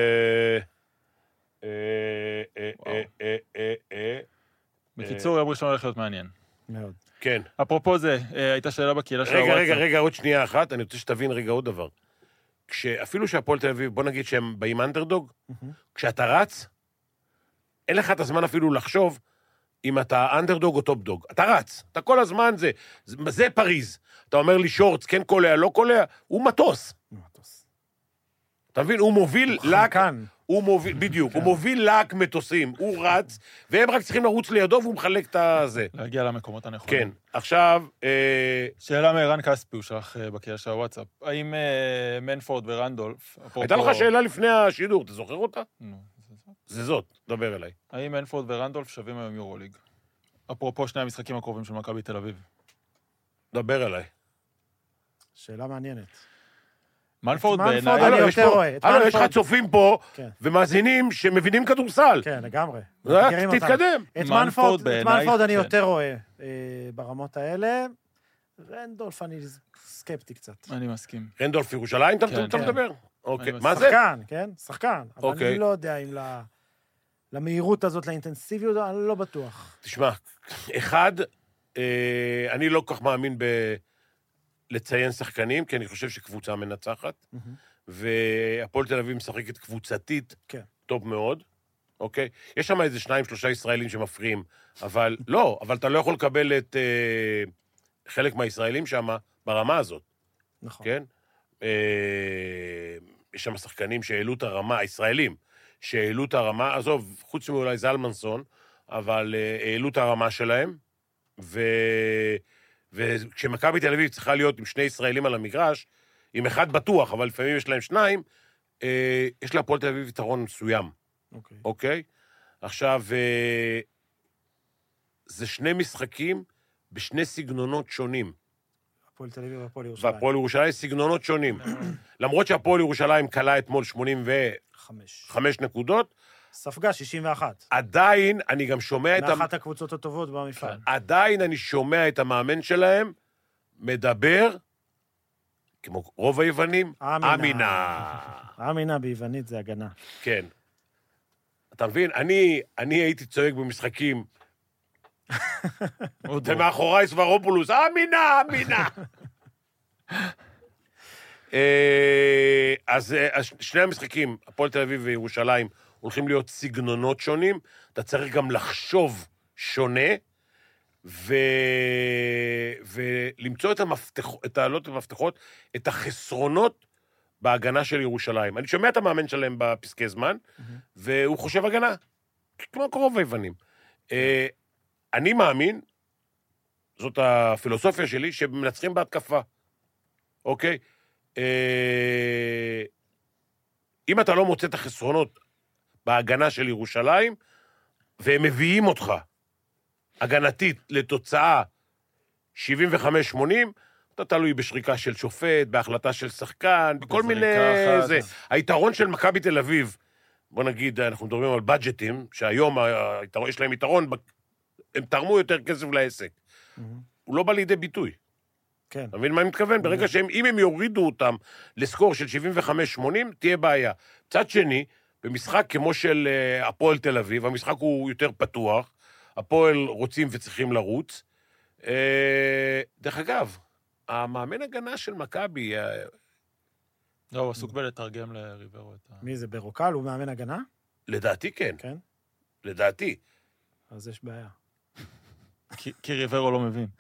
בקיצור, יום ראשון הולך להיות מעניין. מאוד. כן. אפרופו זה, הייתה שאלה בקהילה של הוואטסאפ. רגע, עוד שנייה אחת, אני רוצה שתבין רגע עוד דבר. אפילו שהפועל תל אביב, בוא נגיד שהם באים אנדרדוג, כשאתה רץ, אין לך את הזמן אפילו לחשוב אם אתה אנדרדוג או טופ דוג. אתה רץ, אתה כל הזמן זה פריז. אתה אומר לי שורטס, כן קולע, לא קולע, הוא מטוס. אתה מבין? הוא מוביל לק... הוא מוביל, בדיוק, הוא מוביל לק מטוסים, הוא רץ, והם רק צריכים לרוץ לידו והוא מחלק את הזה. להגיע למקומות הנכונים. כן, עכשיו... שאלה מערן כספי, הוא שלח בקהילה של הוואטסאפ. האם מנפורד ורנדולף... הייתה לך שאלה לפני השידור, אתה זוכר אותה? נו, זה זאת, דבר אליי. האם מנפורד ורנדולף שווים היום יורוליג? אפרופו שני המשחקים הקרובים של מכבי תל אביב. דבר אליי. שאלה מעניינת. מנפורד אני בעיניי... יותר רואה. יש לך צופים פה, ומאזינים שמבינים כדורסל. כן, לגמרי. תתקדם. את מנפורד אני יותר רואה ברמות האלה. רנדולף אני סקפטי קצת. אני מסכים. רנדולף ירושלים, אתה מדבר? אוקיי, מה זה? שחקן, כן? שחקן. אבל אני לא יודע אם למהירות הזאת, לאינטנסיביות, אני לא בטוח. תשמע, אחד, אני לא כל כך מאמין לציין שחקנים, כי אני חושב שקבוצה מנצחת, והפועל תל אביב משחקת קבוצתית טוב מאוד, אוקיי? יש שם איזה 2-3 ישראלים שמפריעים, אבל לא, אבל אתה לא יכול לקבל את חלק מהישראלים שם ברמה הזאת. נכון. כן? יש שם שחקנים שהעלו את הרמה, הישראלים, שהעלו את הרמה, עזוב, חוץ מאולי זלמנסון, אבל העלו את הרמה שלהם, וכשמכבי תל אביב צריכה להיות עם שני ישראלים על המגרש, עם אחד בטוח, אבל לפעמים יש להם שניים, יש להפועל תל אביב יתרון מסוים. אוקיי? עכשיו, זה שני משחקים בשני סגנונות שונים. הפועל תל אביב והפועל ירושלים. והפועל ירושלים סגנונות שונים. למרות שהפועל ירושלים קלה אתמול 85 נקודות, ספגה 61. עדיין אני גם שומע את... מאחת הקבוצות הטובות במפעל. עדיין אני שומע את המאמן שלהם מדבר, כמו רוב היוונים, אמינה. אמינה ביוונית זה הגנה. כן. אתה מבין? אני הייתי צועק במשחקים, ומאחוריי סברופולוס, אמינה. אז שני המשחקים, הפועל תל אביב וירושלים, הולכים להיות סגנונות שונים, אתה צריך גם לחשוב שונה, ולמצוא את המפתחות, את החסרונות בהגנה של ירושלים. אני שומע את המאמן שלהם בפסקי זמן, והוא חושב הגנה, כמו קרוב היוונים. אני מאמין, זאת הפילוסופיה שלי, שמנצחים בהתקפה. אוקיי? אם אתה לא מוצא את החסרונות בהגנה של ירושלים, והם מביאים אותך הגנתית לתוצאה 75-80, אתה תלוי בשריקה של שופט, בהחלטה של שחקן, בכל מיני... זה. היתרון של מכבי תל אביב, בוא נגיד, אנחנו מדברים על בדג'טים, שהיום יש להם יתרון, הם תרמו יותר כסף לעסק. הוא לא בא לידי ביטוי. כן. אתה מבין מה אני מתכוון? ברגע אם הם יורידו אותם לסקור של 75-80, תהיה בעיה. צד שני, במשחק כמו של הפועל תל אביב, המשחק הוא יותר פתוח, הפועל רוצים וצריכים לרוץ. דרך אגב, המאמן הגנה של מכבי... לא, הוא עסוק בלתרגם לריברו את ה... מי זה, ברוקל? הוא מאמן הגנה? לדעתי כן. כן. לדעתי. אז יש בעיה. כי ריברו לא מבין.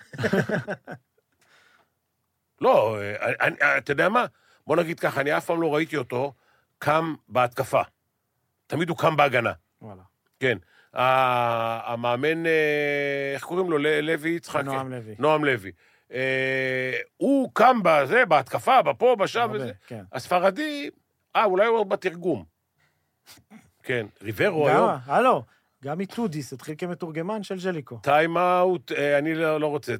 לא, אתה יודע מה? בוא נגיד ככה, אני אף פעם לא ראיתי אותו קם בהתקפה. תמיד הוא קם בהגנה. וואלה. כן. המאמן, איך קוראים לו? לוי יצחק? נועם לוי. נועם לוי. הוא קם בזה, בהתקפה, בפה, בשם וזה. כן. הספרדי, אולי הוא בתרגום. כן. ריברו היום. הלו, גם איטודיס התחיל כמתורגמן של ז'ליקו. טיים אאוט, אני לא רוצה.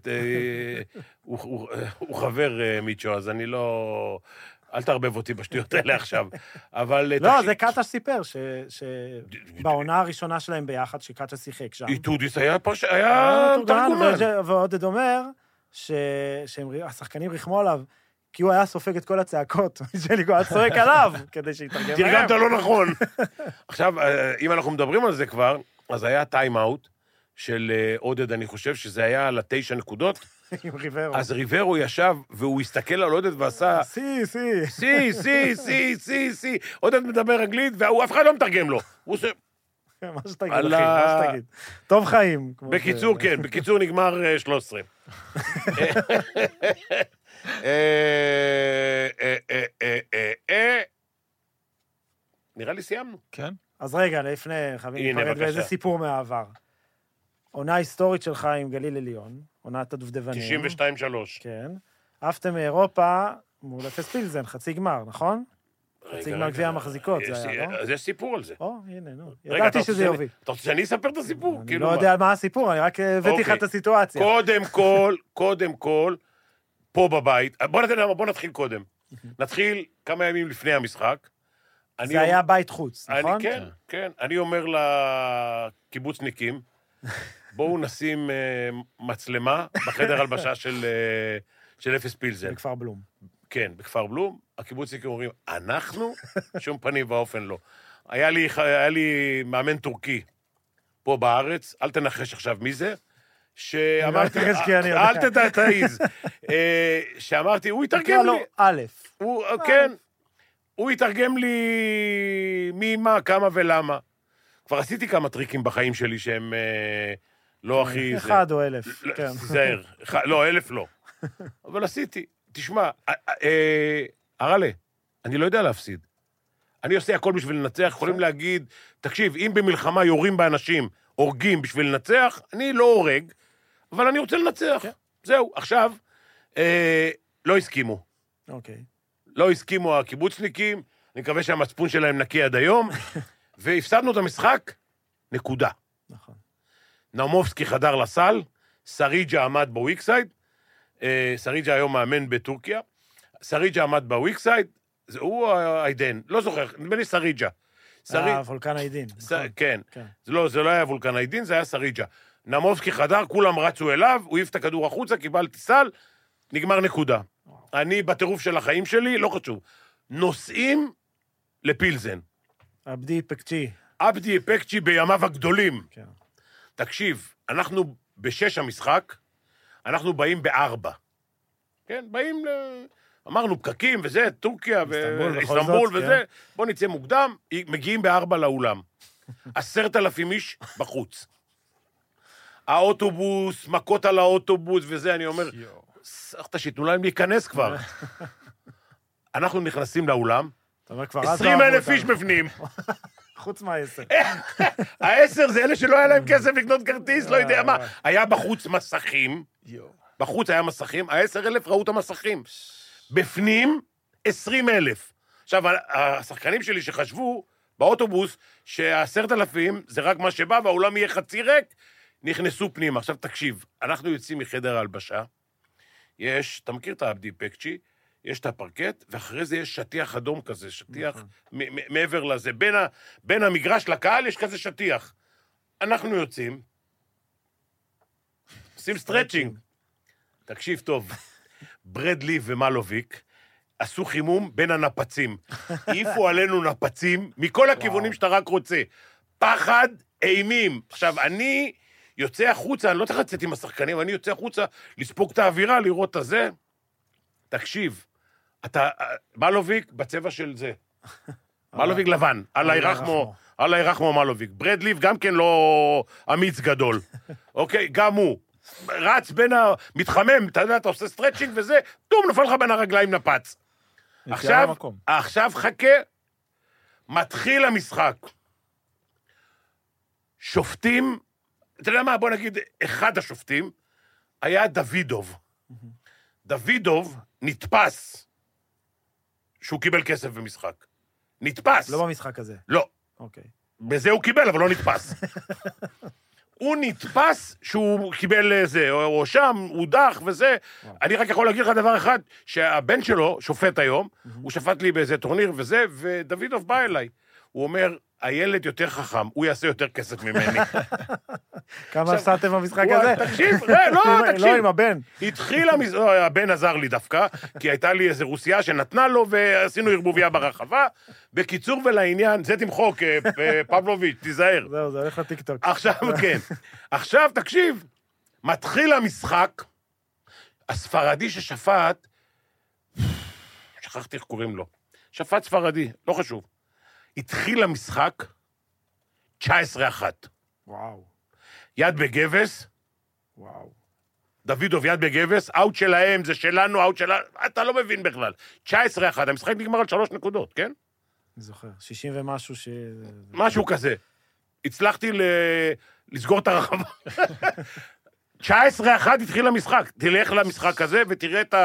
הוא חבר מיצ'ו, אז אני לא... אל תערבב אותי בשטויות האלה עכשיו. אבל... לא, זה קאטה סיפר, שבעונה הראשונה שלהם ביחד, שקאטה שיחק שם. איטודיס היה תרגומן. ועודד אומר שהשחקנים ריחמו עליו, כי הוא היה סופג את כל הצעקות, ז'ליקו היה צועק עליו, כדי שיתרגם להם. תרגמת לא נכון. עכשיו, אם אנחנו מדברים על זה כבר, אז היה טיים אאוט של עודד, אני חושב שזה היה על 9 נקודות. עם ריברו. אז ריברו ישב, והוא הסתכל על עודד ועשה... סי. עודד מדבר אנגלית, ואף אחד לא מתרגם לו. הוא עושה... מה שתגיד, אחי, מה שתגיד. טוב חיים. בקיצור, כן, בקיצור נגמר 13. נראה לי סיימנו. כן. אז רגע, לפני, חייבים לפרד באיזה סיפור מהעבר. עונה היסטורית שלך עם גליל עליון, עונת הדובדבנים. 92-3. כן. עפתם מאירופה מול אפס פילזן, חצי גמר, נכון? חצי גמר גביע המחזיקות, זה היה, לא? אז יש סיפור על זה. הנה, נו. ידעתי שזה יוביל. אתה רוצה שאני אספר את הסיפור? אני לא יודע מה הסיפור, אני רק הבאתי לך את הסיטואציה. קודם כל, פה בבית, בוא נתחיל קודם. נתחיל כמה ימים לפני המשחק. זה היה בית חוץ, נכון? כן. אני אומר לקיבוצניקים, בואו נשים מצלמה בחדר הלבשה של אפס פילזן. בכפר בלום. כן, בכפר בלום. הקיבוצניקים אומרים, אנחנו? שום פנים ואופן לא. היה לי מאמן טורקי פה בארץ, אל תנחש עכשיו מי זה, שאמרתי, אל תתעיז, שאמרתי, הוא יתרגם לי. א', כן, הוא יתרגם לי מי, מה, כמה ולמה. כבר עשיתי כמה טריקים בחיים שלי שהם לא הכי... 1 או 1,000, כן. תיזהר, לא, 1,000 לא. אבל עשיתי. תשמע, הרלה, אני לא יודע להפסיד. אני עושה הכל בשביל לנצח, יכולים להגיד, תקשיב, אם במלחמה יורים באנשים, הורגים בשביל לנצח, אני לא הורג, אבל אני רוצה לנצח. זהו, עכשיו, לא הסכימו. אוקיי. לא הסכימו הקיבוצניקים, אני מקווה שהמצפון שלהם נקי עד היום, והפסדנו את המשחק, נקודה. נכון. נאומובסקי חדר לסל, סריג'ה עמד בוויקסייד, סריג'ה היום מאמן בטורקיה, סריג'ה עמד בוויקסייד, הוא העידן, לא זוכר, נדמה לי סריג'ה. וולקן העידין. כן, זה לא היה וולקן העידין, זה היה סריג'ה. נאומובסקי חדר, כולם רצו אליו, הוא העיף את הכדור החוצה, קיבלתי סל, נגמר נקודה. אני בטירוף של החיים שלי, לא חשוב. נוסעים לפילזן. עבדי פקצ'י. עבדי פקצ'י בימיו הגדולים. כן. תקשיב, אנחנו ב6 המשחק, אנחנו באים ב4. כן, באים אמרנו פקקים וזה, טורקיה ואיסטנבול וזה, בוא נצא מוקדם, מגיעים ב4 לאולם. 10,000 איש בחוץ. האוטובוס, מכות על האוטובוס וזה, אני אומר, תשיתנו להם להיכנס כבר. אנחנו נכנסים לאולם, 20,000 איש בפנים. חוץ מה-10. 10 זה אלה שלא היה להם כסף לקנות כרטיס, לא יודע מה. היה בחוץ מסכים, בחוץ היה מסכים, 10,000 ראו את המסכים. בפנים, 20,000. עכשיו, השחקנים שלי שחשבו באוטובוס ש10,000 זה רק מה שבא, והאולם יהיה חצי ריק, נכנסו פנימה. עכשיו תקשיב, אנחנו יוצאים מחדר ההלבשה, אתה מכיר את העבדי פקצ'י, יש את הפרקט, ואחרי זה יש שטיח אדום כזה, שטיח מעבר לזה. בין המגרש לקהל יש כזה שטיח. אנחנו יוצאים, עושים סטרצ'ינג, תקשיב טוב, ברדלי ומלוביק עשו חימום בין הנפצים. העיפו עלינו נפצים מכל הכיוונים שאתה רק רוצה. פחד, אימים. עכשיו, אני יוצא החוצה, אני לא צריך לצאת עם השחקנים, אני יוצא החוצה לספוג את האווירה, לראות את הזה. תקשיב, מלוביק בצבע של זה. מלוביק לבן, על הירחמו מלוביק. ברדלי גם כן לא אמיץ גדול. אוקיי, גם הוא. רץ בין מתחמם, אתה יודע, אתה עושה סטרצ'ינג וזה, טום, נופל לך בין הרגליים נפץ. עכשיו חכה, מתחיל המשחק. שופטים, אתה יודע מה, בוא נגיד, אחד השופטים היה דוידוב. דוידוב נתפס שהוא קיבל כסף במשחק. נתפס. לא במשחק הזה. לא. אוקיי. בזה הוא קיבל, אבל לא נתפס. הוא נתפס שהוא קיבל זה, או שם, הוא דח וזה. אני רק יכול להגיד לך דבר אחד, שהבן שלו, שופט היום, הוא שפט לי באיזה טורניר וזה, ודוידוב בא אליי. הוא אומר, הילד יותר חכם, הוא יעשה יותר כסף ממני. כמה הפסדתם במשחק הזה? תקשיב, תקשיב. לא, עם הבן. התחיל הבן עזר לי דווקא, כי הייתה לי איזו רוסיה שנתנה לו, ועשינו ערבוביה ברחבה. בקיצור ולעניין, זה תמחוק, פבלוביץ', תיזהר. זהו, זה הולך לטיקטוק. עכשיו, כן. עכשיו, תקשיב, מתחיל המשחק, הספרדי ששפט, שכחתי איך קוראים לו, שפט ספרדי, לא חשוב. התחיל המשחק 19-1. וואו. יד בגבס, וואו. דוידוב יד בגבס, אאוט שלהם, זה שלנו, אאוט שלנו, אתה לא מבין בכלל. 19-1, המשחק נגמר על 3 נקודות, כן? אני זוכר, 60 ומשהו משהו כזה. הצלחתי לסגור את הרחבה. 19-1 התחיל המשחק. תלך למשחק הזה ותראה את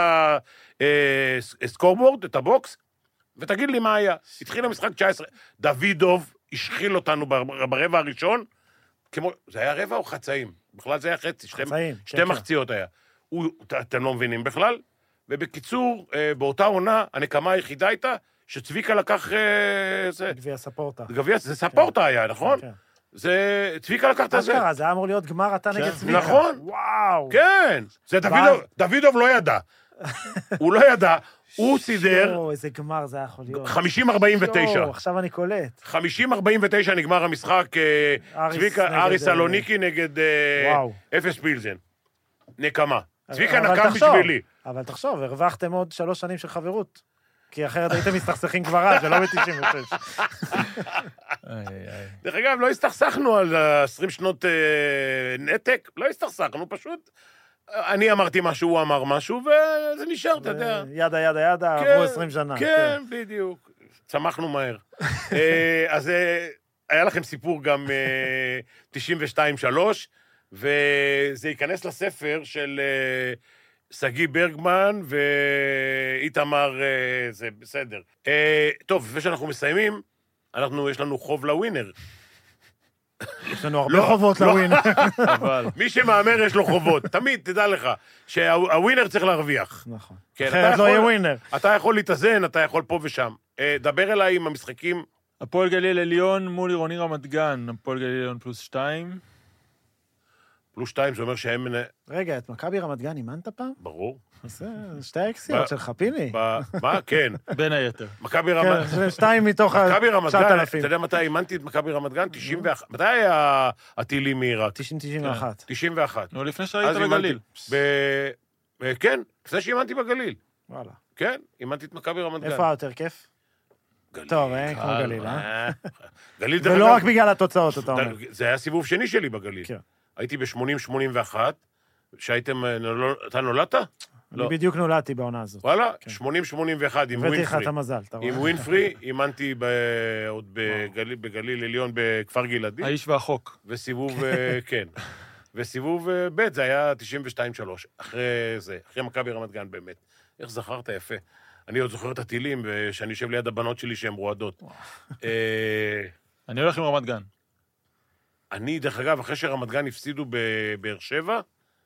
הסקורבורד, את הבוקס, ותגיד לי מה היה. התחיל המשחק 19. דוידוב השחיל אותנו ברבע הראשון, כמו, זה היה רבע או חצאים? בכלל זה היה חצי, שתי מחציות היה. אתם לא מבינים בכלל, ובקיצור, באותה עונה, הנקמה היחידה הייתה, שצביקה לקח... גביע ספורטה. זה ספורטה היה, נכון? זה... צביקה לקח את זה. זה היה אמור להיות גמר אתה נגד צביקה. נכון. וואו. כן. זה דוידוב לא ידע. הוא לא ידע. הוא סידר... איזה גמר זה היה יכול להיות. 50-49. עכשיו אני קולט. 50-49 נגמר המשחק, צביקה, אריס סלוניקי נגד אפס פילזן. נקמה. צביקה נקם בשבילי. אבל תחשוב, הרווחתם עוד 3 שנים של חברות. כי אחרת הייתם מסתכסכים כבר אז, זה לא ב-96. דרך אגב, לא הסתכסכנו על 20 שנות נתק, לא הסתכסכנו, פשוט... אני אמרתי משהו, הוא אמר משהו, וזה נשאר, אתה יודע. ידה, עברו 20 שנה. כן, בדיוק. צמחנו מהר. אז היה לכם סיפור גם 92-3, וזה ייכנס לספר של סגי ברגמן ואיתמר, זה בסדר. טוב, לפני שאנחנו מסיימים, יש לנו חוב לווינר. יש לנו הרבה חובות לווינר. מי שמאמר יש לו חובות. תמיד, תדע לך, שהווינר צריך להרוויח. נכון. אחרת לא יהיה ווינר. אתה יכול להתאזן, אתה יכול פה ושם. דבר אליי עם המשחקים. הפועל גליל עליון מול עירוני רמת גן. הפועל גליל עליון +2. +2, זה אומר שהם... רגע, את מכבי רמת גן אימנת פעם? ברור. זה 2 אקסיות שלך, פיני. מה? כן. בין היתר. מכבי רמת... כן, 2 מתוך 9,000. אתה יודע מתי אימנתי את מכבי רמת גן? 91. מתי היה הטילים מעיראק? 91. 91. נו, לפני שהיית בגליל. כן, לפני שאימנתי בגליל. וואלה. כן, אימנתי את מכבי רמת גן. איפה היה יותר כיף? גליל. טוב, כמו גליל, גליל, ולא רק בגלל התוצאות, אתה אומר. זה היה סיבוב שני שלי בגליל. כן. הייתי ב-80-81, שהייתם... אתה נולדת? אני בדיוק נולדתי בעונה הזאת. וואלה, 80-81 עם ווינפרי. הבאתי לך את המזל, אתה רואה. עם ווינפרי, אימנתי עוד בגליל עליון בכפר גלעדי. האיש והחוק. וסיבוב, כן. וסיבוב ב' זה היה 92-3. אחרי זה, אחרי מכבי רמת גן באמת. איך זכרת יפה. אני עוד זוכר את הטילים, שאני יושב ליד הבנות שלי שהן רועדות. אני הולך עם רמת גן. אני, דרך אגב, אחרי שרמת גן הפסידו בבאר שבע,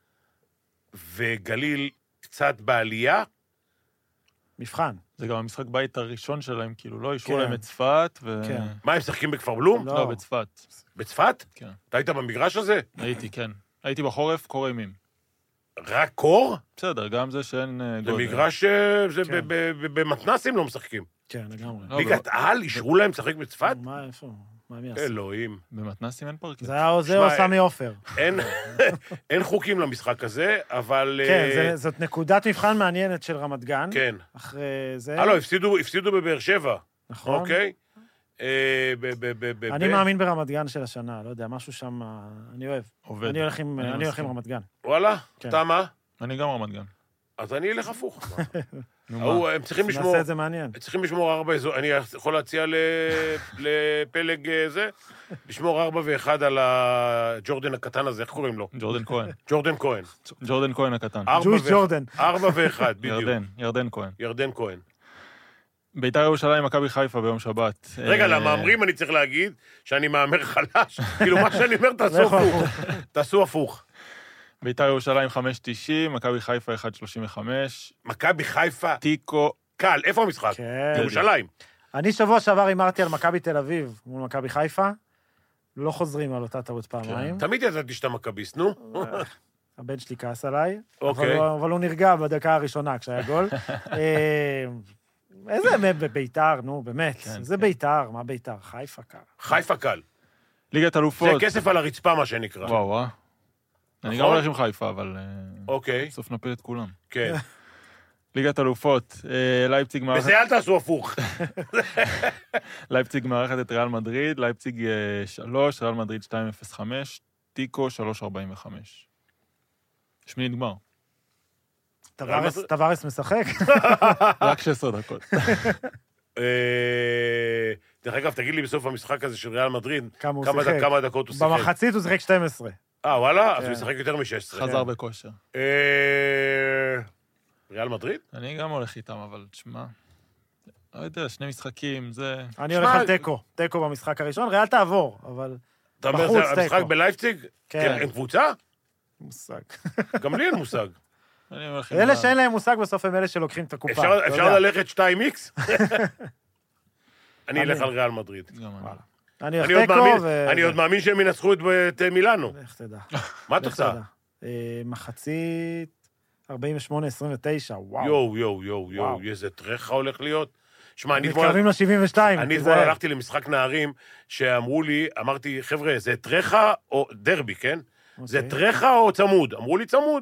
וגליל קצת בעלייה. מבחן. זה גם המשחק בית הראשון שלהם, כאילו, לא אישרו להם את צפת, כן. מה, הם משחקים בכפר בלום? לא, בצפת. בצפת? כן. אתה היית במגרש הזה? הייתי, כן. הייתי בחורף, קורא ימים. רק קור? בסדר, גם זה שאין זה גודל. מגרש, זה כן. במתנסים לא משחקים. כן, לגמרי. לא, ליגת על, אישרו להם לשחק בצפת? מה, איפה? מה מי יעשה? אלוהים. במתנסים אין פרקים. זה היה זה שמע, או סמי עופר. אין חוקים למשחק הזה, אבל... כן, זאת נקודת מבחן מעניינת של רמת גן. כן. אחרי זה... לא, הפסידו בבאר שבע. נכון. אוקיי? אני מאמין ברמת גן של השנה, לא יודע, משהו שם, אני אוהב. עובד. אני הולך עם רמת גן. וואלה? כן. אתה מה? אני גם רמת גן. אז אני אלך הפוך. נו, מה? הם צריכים לשמור... נעשה את זה מעניין. צריכים לשמור 4 אזור... אני יכול להציע לפלג זה, לשמור 4 ו1 על הג'ורדן הקטן הזה, איך קוראים לו? ג'ורדן כהן. ג'ורדן כהן. ג'ורדן כהן הקטן. ג'וש ג'ורדן. 4 ו1, בדיוק. ירדן כהן. ירדן כהן. בית"ר ירושלים, מכבי חיפה ביום שבת. רגע, למאמרים אני צריך להגיד שאני מאמר חלש. כאילו, מה שאני אומר, תעשו הפוך. תעשו הפוך. בית"ר ירושלים 5.90, מכבי חיפה 1.35. מכבי חיפה, טיקו. קל. איפה המשחק? כן. ירושלים. אני שבוע שעבר הימרתי על מכבי תל אביב מול מכבי חיפה. לא חוזרים על אותה טעות פעמיים. תמיד ידעתי שאתה מכביסט, נו. הבן שלי כעס עליי, אוקיי. אבל הוא נרגע בדקה הראשונה כשהיה גול. איזה בית"ר, נו, באמת. זה בית"ר, מה בית"ר? חיפה קל. חיפה קל. ליגת זה אלופות. כסף על הרצפה, מה שנקרא. וואו. אני גם נכון? הולך עם חיפה, אבל אוקיי, בסוף נפיל את כולם. כן. ליגת אלופות, לייפציג מארחת... וזה אל תעשו הפוך. לייפציג מארחת את ריאל מדריד, לייפציג 3, ריאל מדריד 2.05, טיקו 3.45. שמינית גמר. טווארס משחק? רק 16 דקות. דרך אגב, תגיד לי בסוף המשחק הזה של ריאל מדריד, כמה הוא שיחק. כמה דקות הוא שיחק. במחצית הוא שיחק 12. וואלה? אז הוא ישחק יותר מ-16. חזר בכושר. ריאל מדריד? אני גם הולך איתם, אבל תשמע, לא יודע, 2 משחקים, זה... אני הולך על תיקו. תיקו במשחק הראשון, ריאל תעבור, אבל... אתה אומר, בחוץ, זה המשחק תיקו. בלייפציג? כן. הם קבוצה? מושג. גם לי אין מושג. אני הולך עם... אלה שאין להם מושג בסוף הם אלה שלוקחים את הקופה. אפשר ללכת 2x? אני אלך על ריאל מדריד. גם אני. אני הולך תיקו ו... אני עוד מאמין שהם ינצחו את מילאנו. איך תדע. מה התוצאה? מחצית 48-29, וואו. יואו, איזה טרחה הולך להיות. שמע, אני מתקרבים ל-72. אני אתמול הלכתי למשחק נערים, שאמרו לי, אמרתי, חבר'ה, זה טרחה או דרבי, כן? זה טרחה או צמוד? אמרו לי צמוד.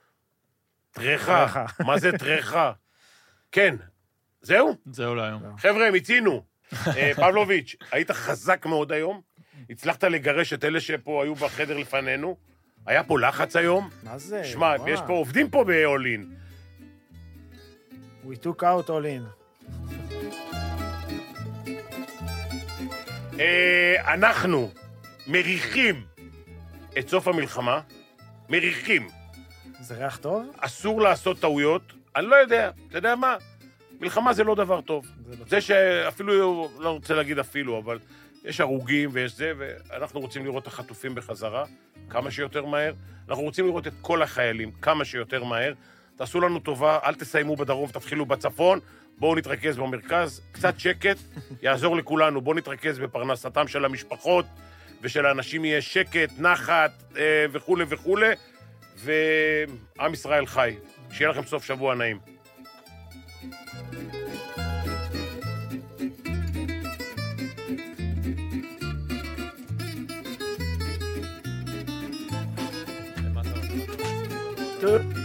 טרחה. מה זה טרחה? כן. זהו? זהו להיום. חבר'ה, מיצינו. פבלוביץ', היית חזק מאוד היום. הצלחת לגרש את אלה שפה היו בחדר לפנינו. היה פה לחץ היום. מה זה? שמע, יש פה עובדים פה באולין. We took out all in. אנחנו מריחים את סוף המלחמה. מריחים. זה ריח טוב? אסור לעשות טעויות. אני לא יודע. אתה יודע מה? מלחמה זה לא דבר טוב. זה שאפילו, לא רוצה להגיד אפילו, אבל יש הרוגים ויש זה, ואנחנו רוצים לראות את החטופים בחזרה כמה שיותר מהר. אנחנו רוצים לראות את כל החיילים כמה שיותר מהר. תעשו לנו טובה, אל תסיימו בדרום, תתחילו בצפון. בואו נתרכז במרכז. קצת שקט, יעזור לכולנו. בואו נתרכז בפרנסתם של המשפחות, ושל האנשים יהיה שקט, נחת וכו' וכו'. ועם ישראל חי. שיהיה לכם סוף שבוע נעים. Good.